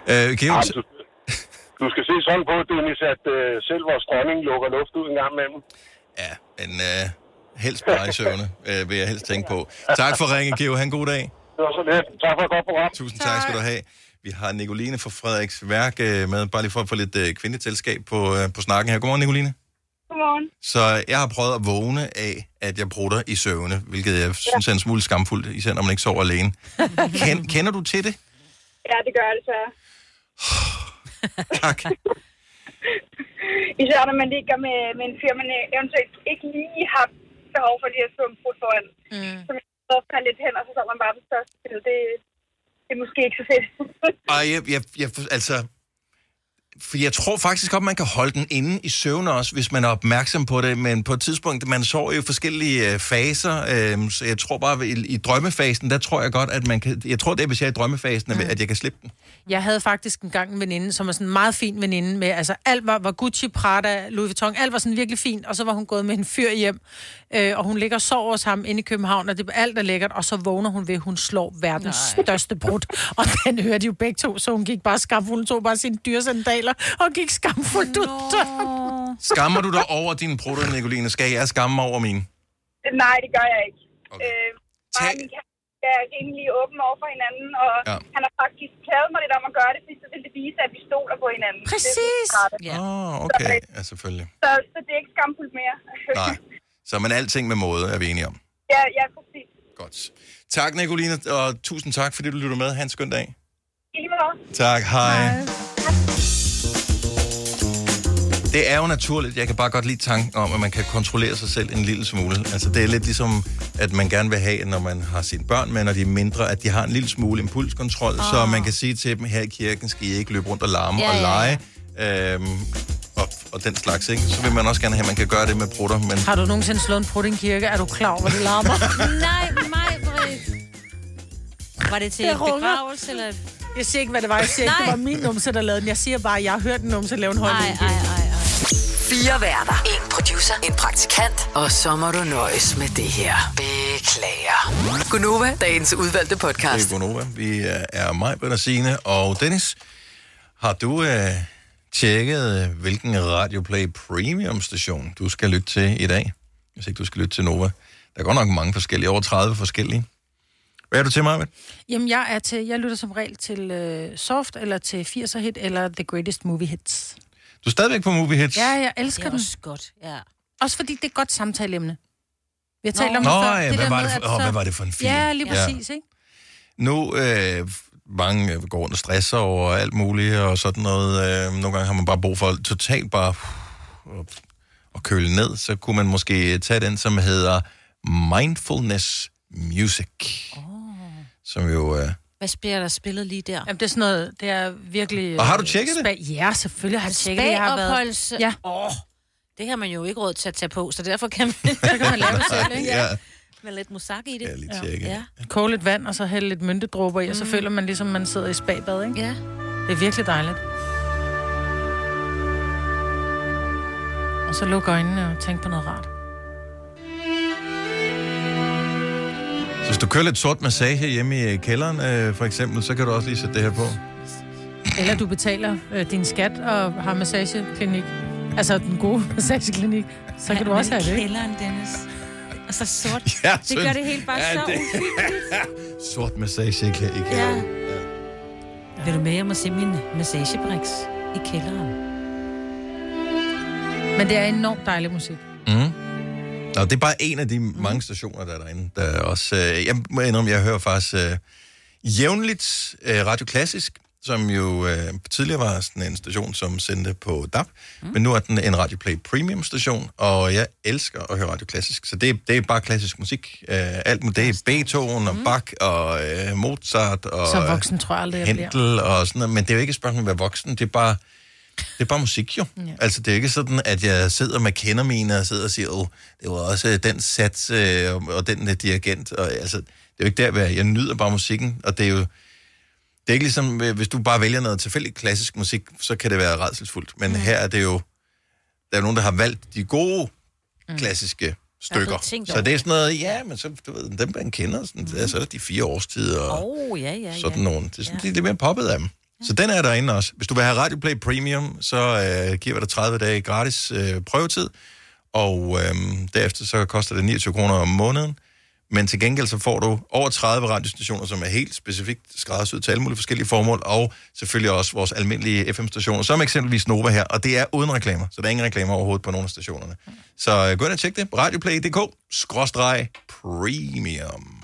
Du skal se sådan på, Dennis, at selv vores dronning lukker luft ud en gang imellem.
Ja, men helst bare i søvne, vil jeg helst tænke på. Tak for ringen, Geo. Ha' en god dag.
Det var så lidt. Tak for et godt program.
Tusind tak skal du have. Vi har Nicoline fra Frederiks Værk med, bare lige for at få lidt kvindetilskab på snakken her. Godmorgen, Nicoline.
Godmorgen.
Så jeg har prøvet at vågne af, at jeg prutter i søvne, hvilket jeg synes er en smule skamfuldt, især når man ikke sover alene. Kender du til det?
Ja, det gør det så.
Tak.
Især når man ligger med en fyr, man eventuelt ikke lige har behov for lige at stå en prut foran. Så man kan lidt hen, og så står man bare på største spil. Det er måske ikke så fedt.
Altså, For jeg tror faktisk godt, man kan holde den inde i søvn også, hvis man er opmærksom på det. Men på et tidspunkt, man sover jo i forskellige faser. Så jeg tror bare, i drømmefasen, der tror jeg godt, at man kan... Jeg tror, det er, hvis jeg er i drømmefasen, at jeg kan slippe den.
Jeg havde faktisk engang en veninde, som var sådan en meget fin veninde med... Altså, alt var Gucci, Prada, Louis Vuitton. Alt var sådan virkelig fint. Og så var hun gået med en fyr hjem. Og hun ligger og sover hos ham inde i København, og det alt er lækkert. Og så vågner hun ved, hun slår verdens største brud. Og den hørte de jo begge to, så hun gik bare skamfuld. Hun tog bare sine dyresandaler og gik skamfuldt ud døren.
Skammer du dig over dine brutter, Nicoline? Skal jeg skamme over mine?
Nej, det gør jeg ikke. Jeg er rimelig åben over for hinanden, og han har faktisk krævet mig lidt om at gøre det, fordi så vil det vise, at vi stoler på hinanden.
Præcis!
Okay. Ja, selvfølgelig.
Så det er ikke skamfuldt mere.
Nej. Så men alting med måde, er vi enige om.
Ja, præcis.
Godt. Tak, Nicoline, og tusind tak, fordi du lytter med. Ha' en skøn dag.
I lige måde.
Tak, hej. Det er jo naturligt. Jeg kan bare godt lide tanken om, at man kan kontrollere sig selv en lille smule. Altså, det er lidt ligesom, at man gerne vil have, når man har sine børn med, når de er mindre, at de har en lille smule impulskontrol, så man kan sige til dem, her i kirken skal I ikke løbe rundt og larme og lege. Og den slags, ikke? Så vil man også gerne have, at man kan gøre det med prutter. Men...
Har du nogensinde slået en prut i en kirke? Er du klar over, hvor det larmer?
Nej, var det til begravelse, eller...
Jeg siger ikke, hvad det var. Jeg siger ikke, det var min numse, der lavede den. Jeg siger bare, at jeg har hørt en numse lave en holdning.
4 værter. 1 producer. En praktikant. Og så må du nøjes med det her. Beklager. Gunova, dagens udvalgte podcast.
Det er Gunova. Vi er mig, Britta, Signe og Dennis. Har du tjekket, hvilken Radioplay Premium station du skal lytte til i dag? Hvis ikke du skal lytte til Nova. Der er godt nok mange forskellige. Over 30 forskellige. Hvad er du til, Marvind?
Jamen, jeg lytter som regel til Soft, eller til 80'er Hit, eller The Greatest Movie Hits.
Du er stadigvæk på Movie Hits?
Ja, jeg elsker den.
Det er også godt, ja.
Også fordi det er et godt samtaleemne. Vi har talt om det før.
Ja, hvad var det for en film?
Ja, lige præcis, ikke?
Nu, mange går rundt og stresser over alt muligt, og sådan noget. Nogle gange har man bare brug for totalt bare at køle ned. Så kunne man måske tage den, som hedder Mindfulness Music. Som jo...
Hvad bliver der spillet lige der?
Jamen, det er sådan noget, det er virkelig...
Og har du tjekket det?
Ja, selvfølgelig har jeg tjekket det. Jeg har været...
Ja. Det har man jo ikke råd til at tage på, så derfor kan man, lave det selv, ikke?
Ja.
Med lidt musak i det.
Ja, lige tjekke.
Ja. Koge lidt vand, og så hælde lidt myntedråber i, og så føler man ligesom, man sidder i spabad, ikke?
Ja.
Det er virkelig dejligt. Og så luk øjnene og tænk på noget rart.
Så hvis du kører lidt sort massage hjemme i kælderen, for eksempel, så kan du også lige sætte det her på.
Eller du betaler din skat og har massageklinik. Altså den gode massageklinik. Så kan du også have det, ikke?
Kælderen, Dennis. Og så sort.
Ja,
det gør det helt bare så
sort massageklinik.
Ja. Vil du med hjem og se min massagebriks i kælderen?
Men det er enormt dejlig musik.
Nå, det er bare en af de mange stationer, der er derinde. Der er også, jeg må indrømme, jeg hører faktisk jævnligt Radio Klassisk, som jo tidligere var sådan en station, som sendte på DAB, men nu er den en Radio Play Premium station, og jeg elsker at høre Radio Klassisk. Så det er bare klassisk musik. Alt med det er Beethoven og Bach og Mozart og
så voksen tror jeg aldrig, jeg
Händel og sådan noget, men det er jo ikke et spørgsmål om at være voksen, det er bare musik jo. Ja. Altså, det er ikke sådan, at jeg sidder med kender mine og sidder og siger, det var også den sats og den dirigent. Og, altså, det er jo ikke der, jeg nyder bare musikken, og det er jo det er ikke ligesom, hvis du bare vælger noget tilfældigt klassisk musik, så kan det være rædselsfuldt. Men her er det jo, der er nogen, der har valgt de gode klassiske stykker. Så det er sådan noget, ja, men så, du ved, dem man kender, sådan, så er det de 4 årstider og sådan nogle. Det er sådan, lidt mere poppet af dem. Så den er derinde også. Hvis du vil have Radio Play Premium, så giver vi dig 30 dage gratis prøvetid, og derefter så koster det 29 kroner om måneden. Men til gengæld så får du over 30 radiostationer, som er helt specifikt skræddersyet til alle mulige forskellige formål, og selvfølgelig også vores almindelige FM-stationer, som eksempelvis Nova her, og det er uden reklamer, så der er ingen reklamer overhovedet på nogle af stationerne. Så gå ind og tjek det på radioplay.dk/premium.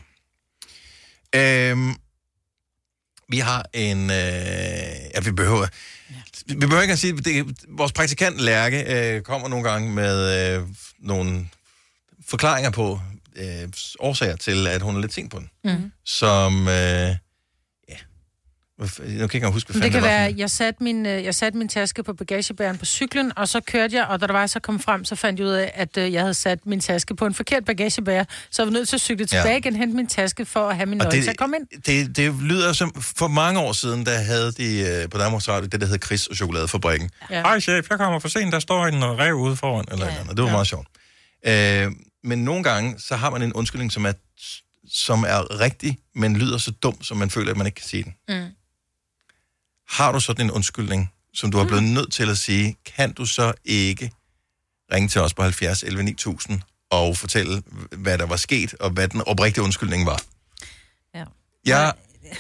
Vi har en... vi behøver ikke at sige... Vores praktikant Lærke kommer nogle gange med nogle forklaringer på årsager til, at hun er lidt sent på den. Som... Nu kan jeg ikke huske, hvad
det kan være, jeg satte min taske på bagagebæreren på cyklen, og så kørte jeg, og da der var, så kom frem, så fandt jeg ud af, at jeg havde sat min taske på en forkert bagagebærer, så jeg var nødt til at cykle tilbage igen, hente min taske for at have min nøgle til at komme ind.
Det lyder som, for mange år siden, der havde de på Danmarks Radio det, der hed Chris og Chokoladefabrikken. Hej chef, jeg kommer for sent, der står en rev ude foran, eller andet. Det var meget sjovt. Men nogle gange, så har man en undskyldning, som er rigtig, men lyder så dum, som man føler, at man ikke kan sige den. Har du sådan en undskyldning, som du har blevet nødt til at sige, kan du så ikke ringe til os på 70 11 9000 og fortælle, hvad der var sket, og hvad den oprigtige undskyldning var? Ja.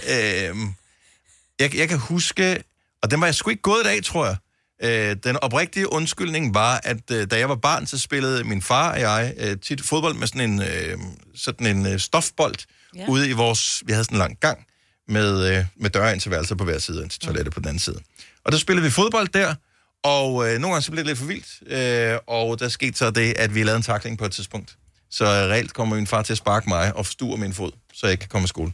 Jeg kan huske, og den var jeg sgu ikke gået i dag, tror jeg. Den oprigtige undskyldning var, at da jeg var barn, så spillede min far og jeg tit fodbold med sådan en stofbold ude i vores... Vi havde sådan en lang gang med døre ind til værelser på hver side, ind til toilettet på den anden side. Og der spillede vi fodbold der, og nogle gange så blev det lidt for vildt, og der skete så det, at vi lavede en tackling på et tidspunkt. Så reelt kommer min far til at sparke mig og forstuer min fod, så jeg ikke kan komme i skole.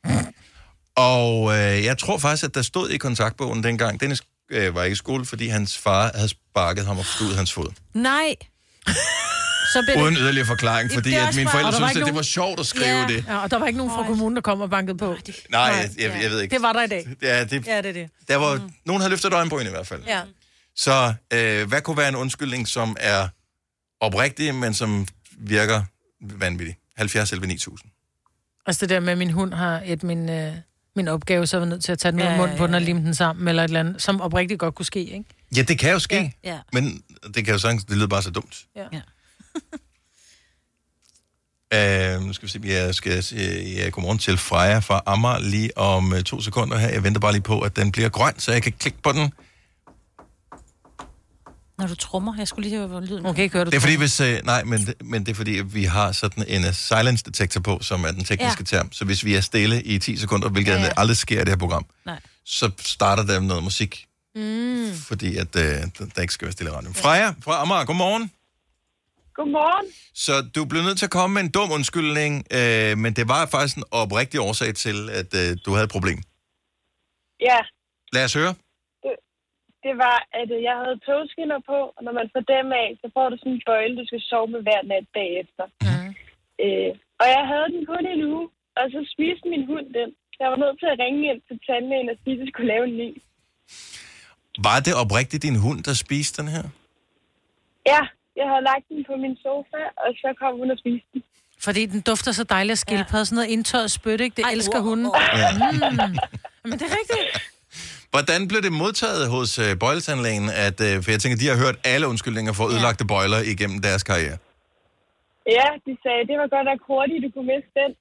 Og jeg tror faktisk, at der stod i kontaktbogen dengang, Dennis var ikke i skole, fordi hans far havde sparket ham og forstuet hans fod.
Nej.
Uden yderligere forklaring, fordi at mine forældre syntes, at det var sjovt at skrive det.
Ja, og der var ikke nogen fra kommunen, der kom og bankede på.
Nej, jeg ved ikke.
Det var der i dag.
Ja, det er det. Der var, nogen havde løftet øjenbryn i hvert fald.
Ja.
Så hvad kunne være en undskyldning, som er oprigtig, men som virker vanvittig? 70 11 9000.
Altså det der med, at min hund har min opgave, så var nødt til at tage den ud af munden på den og lime den sammen, eller et eller andet, som oprigtigt godt kunne ske, ikke?
Ja, det kan jo ske,
ja.
Men det kan jo sagtens, det lyder bare så dumt. Nu skal vi se, jeg skal sige godmorgen til Freja fra Amager lige om 2 sekunder her. Jeg venter bare lige på, at den bliver grøn, så jeg kan klikke på den.
Når du trommer, jeg skulle lige høre lyden.
Okay, kører du.
Det er fordi, men det er fordi, vi har sådan en silence detektor på, som er den tekniske term. Så hvis vi er stille i 10 sekunder, hvilket aldrig sker i det her program, så starter der noget musik. Fordi at der ikke skal være stille i radioen. Freja fra Amager, godmorgen.
Godmorgen.
Så du blev nødt til at komme med en dum undskyldning, men det var faktisk en oprigtig årsag til, at du havde et problem.
Ja.
Lad os høre.
Det var, at jeg havde togskinner på, og når man får dem af, så får du sådan en bøjle, du skal sove med hver nat bagefter. Og jeg havde den kun en uge, og så spiste min hund den. Jeg var nødt til at ringe ind til tandlægen og sige, at de skulle lave en ny.
Var det oprigtigt din hund, der spiste den her?
Ja, jeg havde lagt den på min sofa, og så kom hun og spiste den.
Fordi den dufter så dejligt af skildpadde, sådan noget indtørret spyt, ikke? Det elsker hunden. Men det er rigtigt.
Hvordan blev det modtaget hos bøjletandlægen? For jeg tænker, de har hørt alle undskyldninger for ødelagte bøjler igennem deres karriere.
Ja, de sagde, det var godt nok hurtigt, du kunne miste den.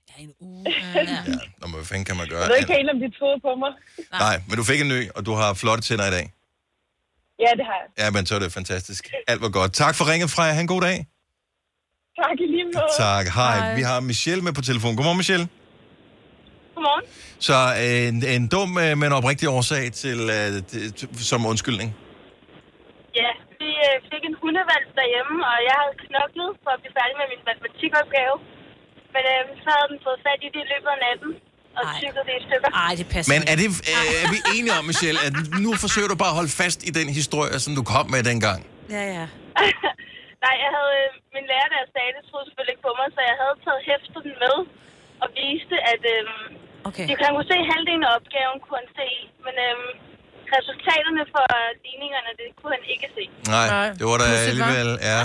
Hvad fanden kan man gøre?
Jeg ved ikke helt, om de troede på mig.
Nej, men du fik en ny, og du har flotte tænder i dag.
Ja, det har jeg.
Ja, men så er det fantastisk. Alt var godt. Tak for ringet, Freja. Ha' en god dag.
Tak i lige måde.
Tak. Hej. Vi har Michelle med på telefon. Godmorgen, Michelle.
Godmorgen.
Så en dum, men oprigtig årsag til som undskyldning?
Ja, vi fik en hundevalg derhjemme, og jeg havde knoklet for at blive færdig med min matematikopgave. Men så havde den fået fat i det i løbet af natten, og tykket det i stykker.
Ej, det passer.
Men er vi enige om, Michelle, at nu forsøger du bare at holde fast i den historie, som du kom med dengang?
Ja.
Nej, jeg havde min lærer, der sagde det, troede selvfølgelig ikke på mig, så jeg havde taget hæftet den med og viste, at han kunne se halvdelen af opgaven, kunne han se, men resultaterne for ligningerne, det kunne han ikke se.
Nej, det var der alligevel, ja.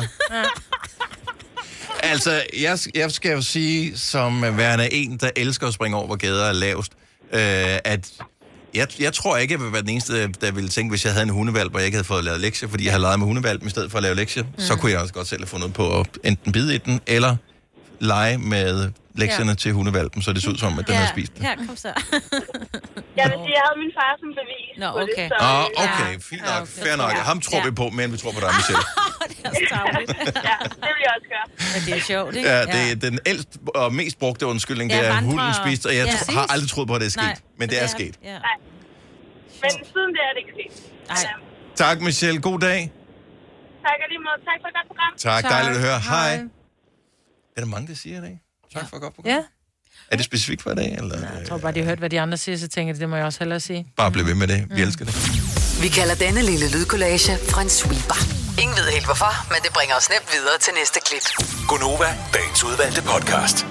Altså, jeg skal jo sige, som værende en, der elsker at springe over, hvor gader er lavest, at jeg tror ikke, jeg vil være den eneste, der ville tænke, hvis jeg havde en hundevalp, og jeg ikke havde fået lavet lektier, fordi jeg havde leget med hundevalpen i stedet for at lave lektier, så kunne jeg også godt selv have fundet på at enten bide i den, eller lege med lektierne til hundevalpen, så det så ud som, at den havde spist den.
Ja, kom så.
Jeg vil sige, jeg havde min far som bevis.
Nå, okay.
Okay, fint nok, fair nok. Ham tror vi på, men vi tror på dig, Michelle.
Det er også tavligt. Ja, det vil jeg også gøre.
Ja, det er sjovt, ikke?
Ja, det er den ældste og mest brugte undskyldning, det er hunden spist, og jeg har aldrig troet på, at det er sket, men det er sket.
Nej, men siden det er det ikke sket.
Tak, Michelle. God dag.
Tak og lige måde. Tak for et godt program.
Tak, dejligt at høre. Hej. Er der mange, der siger i dag? Tak for et godt program.
Ja.
Er det specifikt for i dag? Eller?
Nej, jeg tror bare, de har hørt, hvad de andre siger, så tænker de, det må jeg også hellere sige.
Bare bliv ved med det. Vi elsker det.
Vi kalder denne lille lydkollage en sweeper. Ingen ved helt hvorfor, men det bringer os nemt videre til næste klip.
Gonova, dagens udvalgte podcast.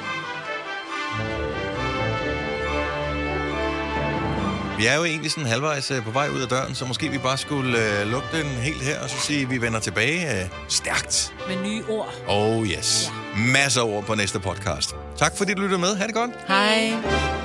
Vi er jo egentlig sådan halvvejs på vej ud af døren, så måske vi bare skulle lukke den helt her, og så sige, at vi vender tilbage stærkt.
Med nye ord.
Oh yes. Ja. Masser af ord på næste podcast. Tak fordi du lyttede med. Ha' det godt.
Hej.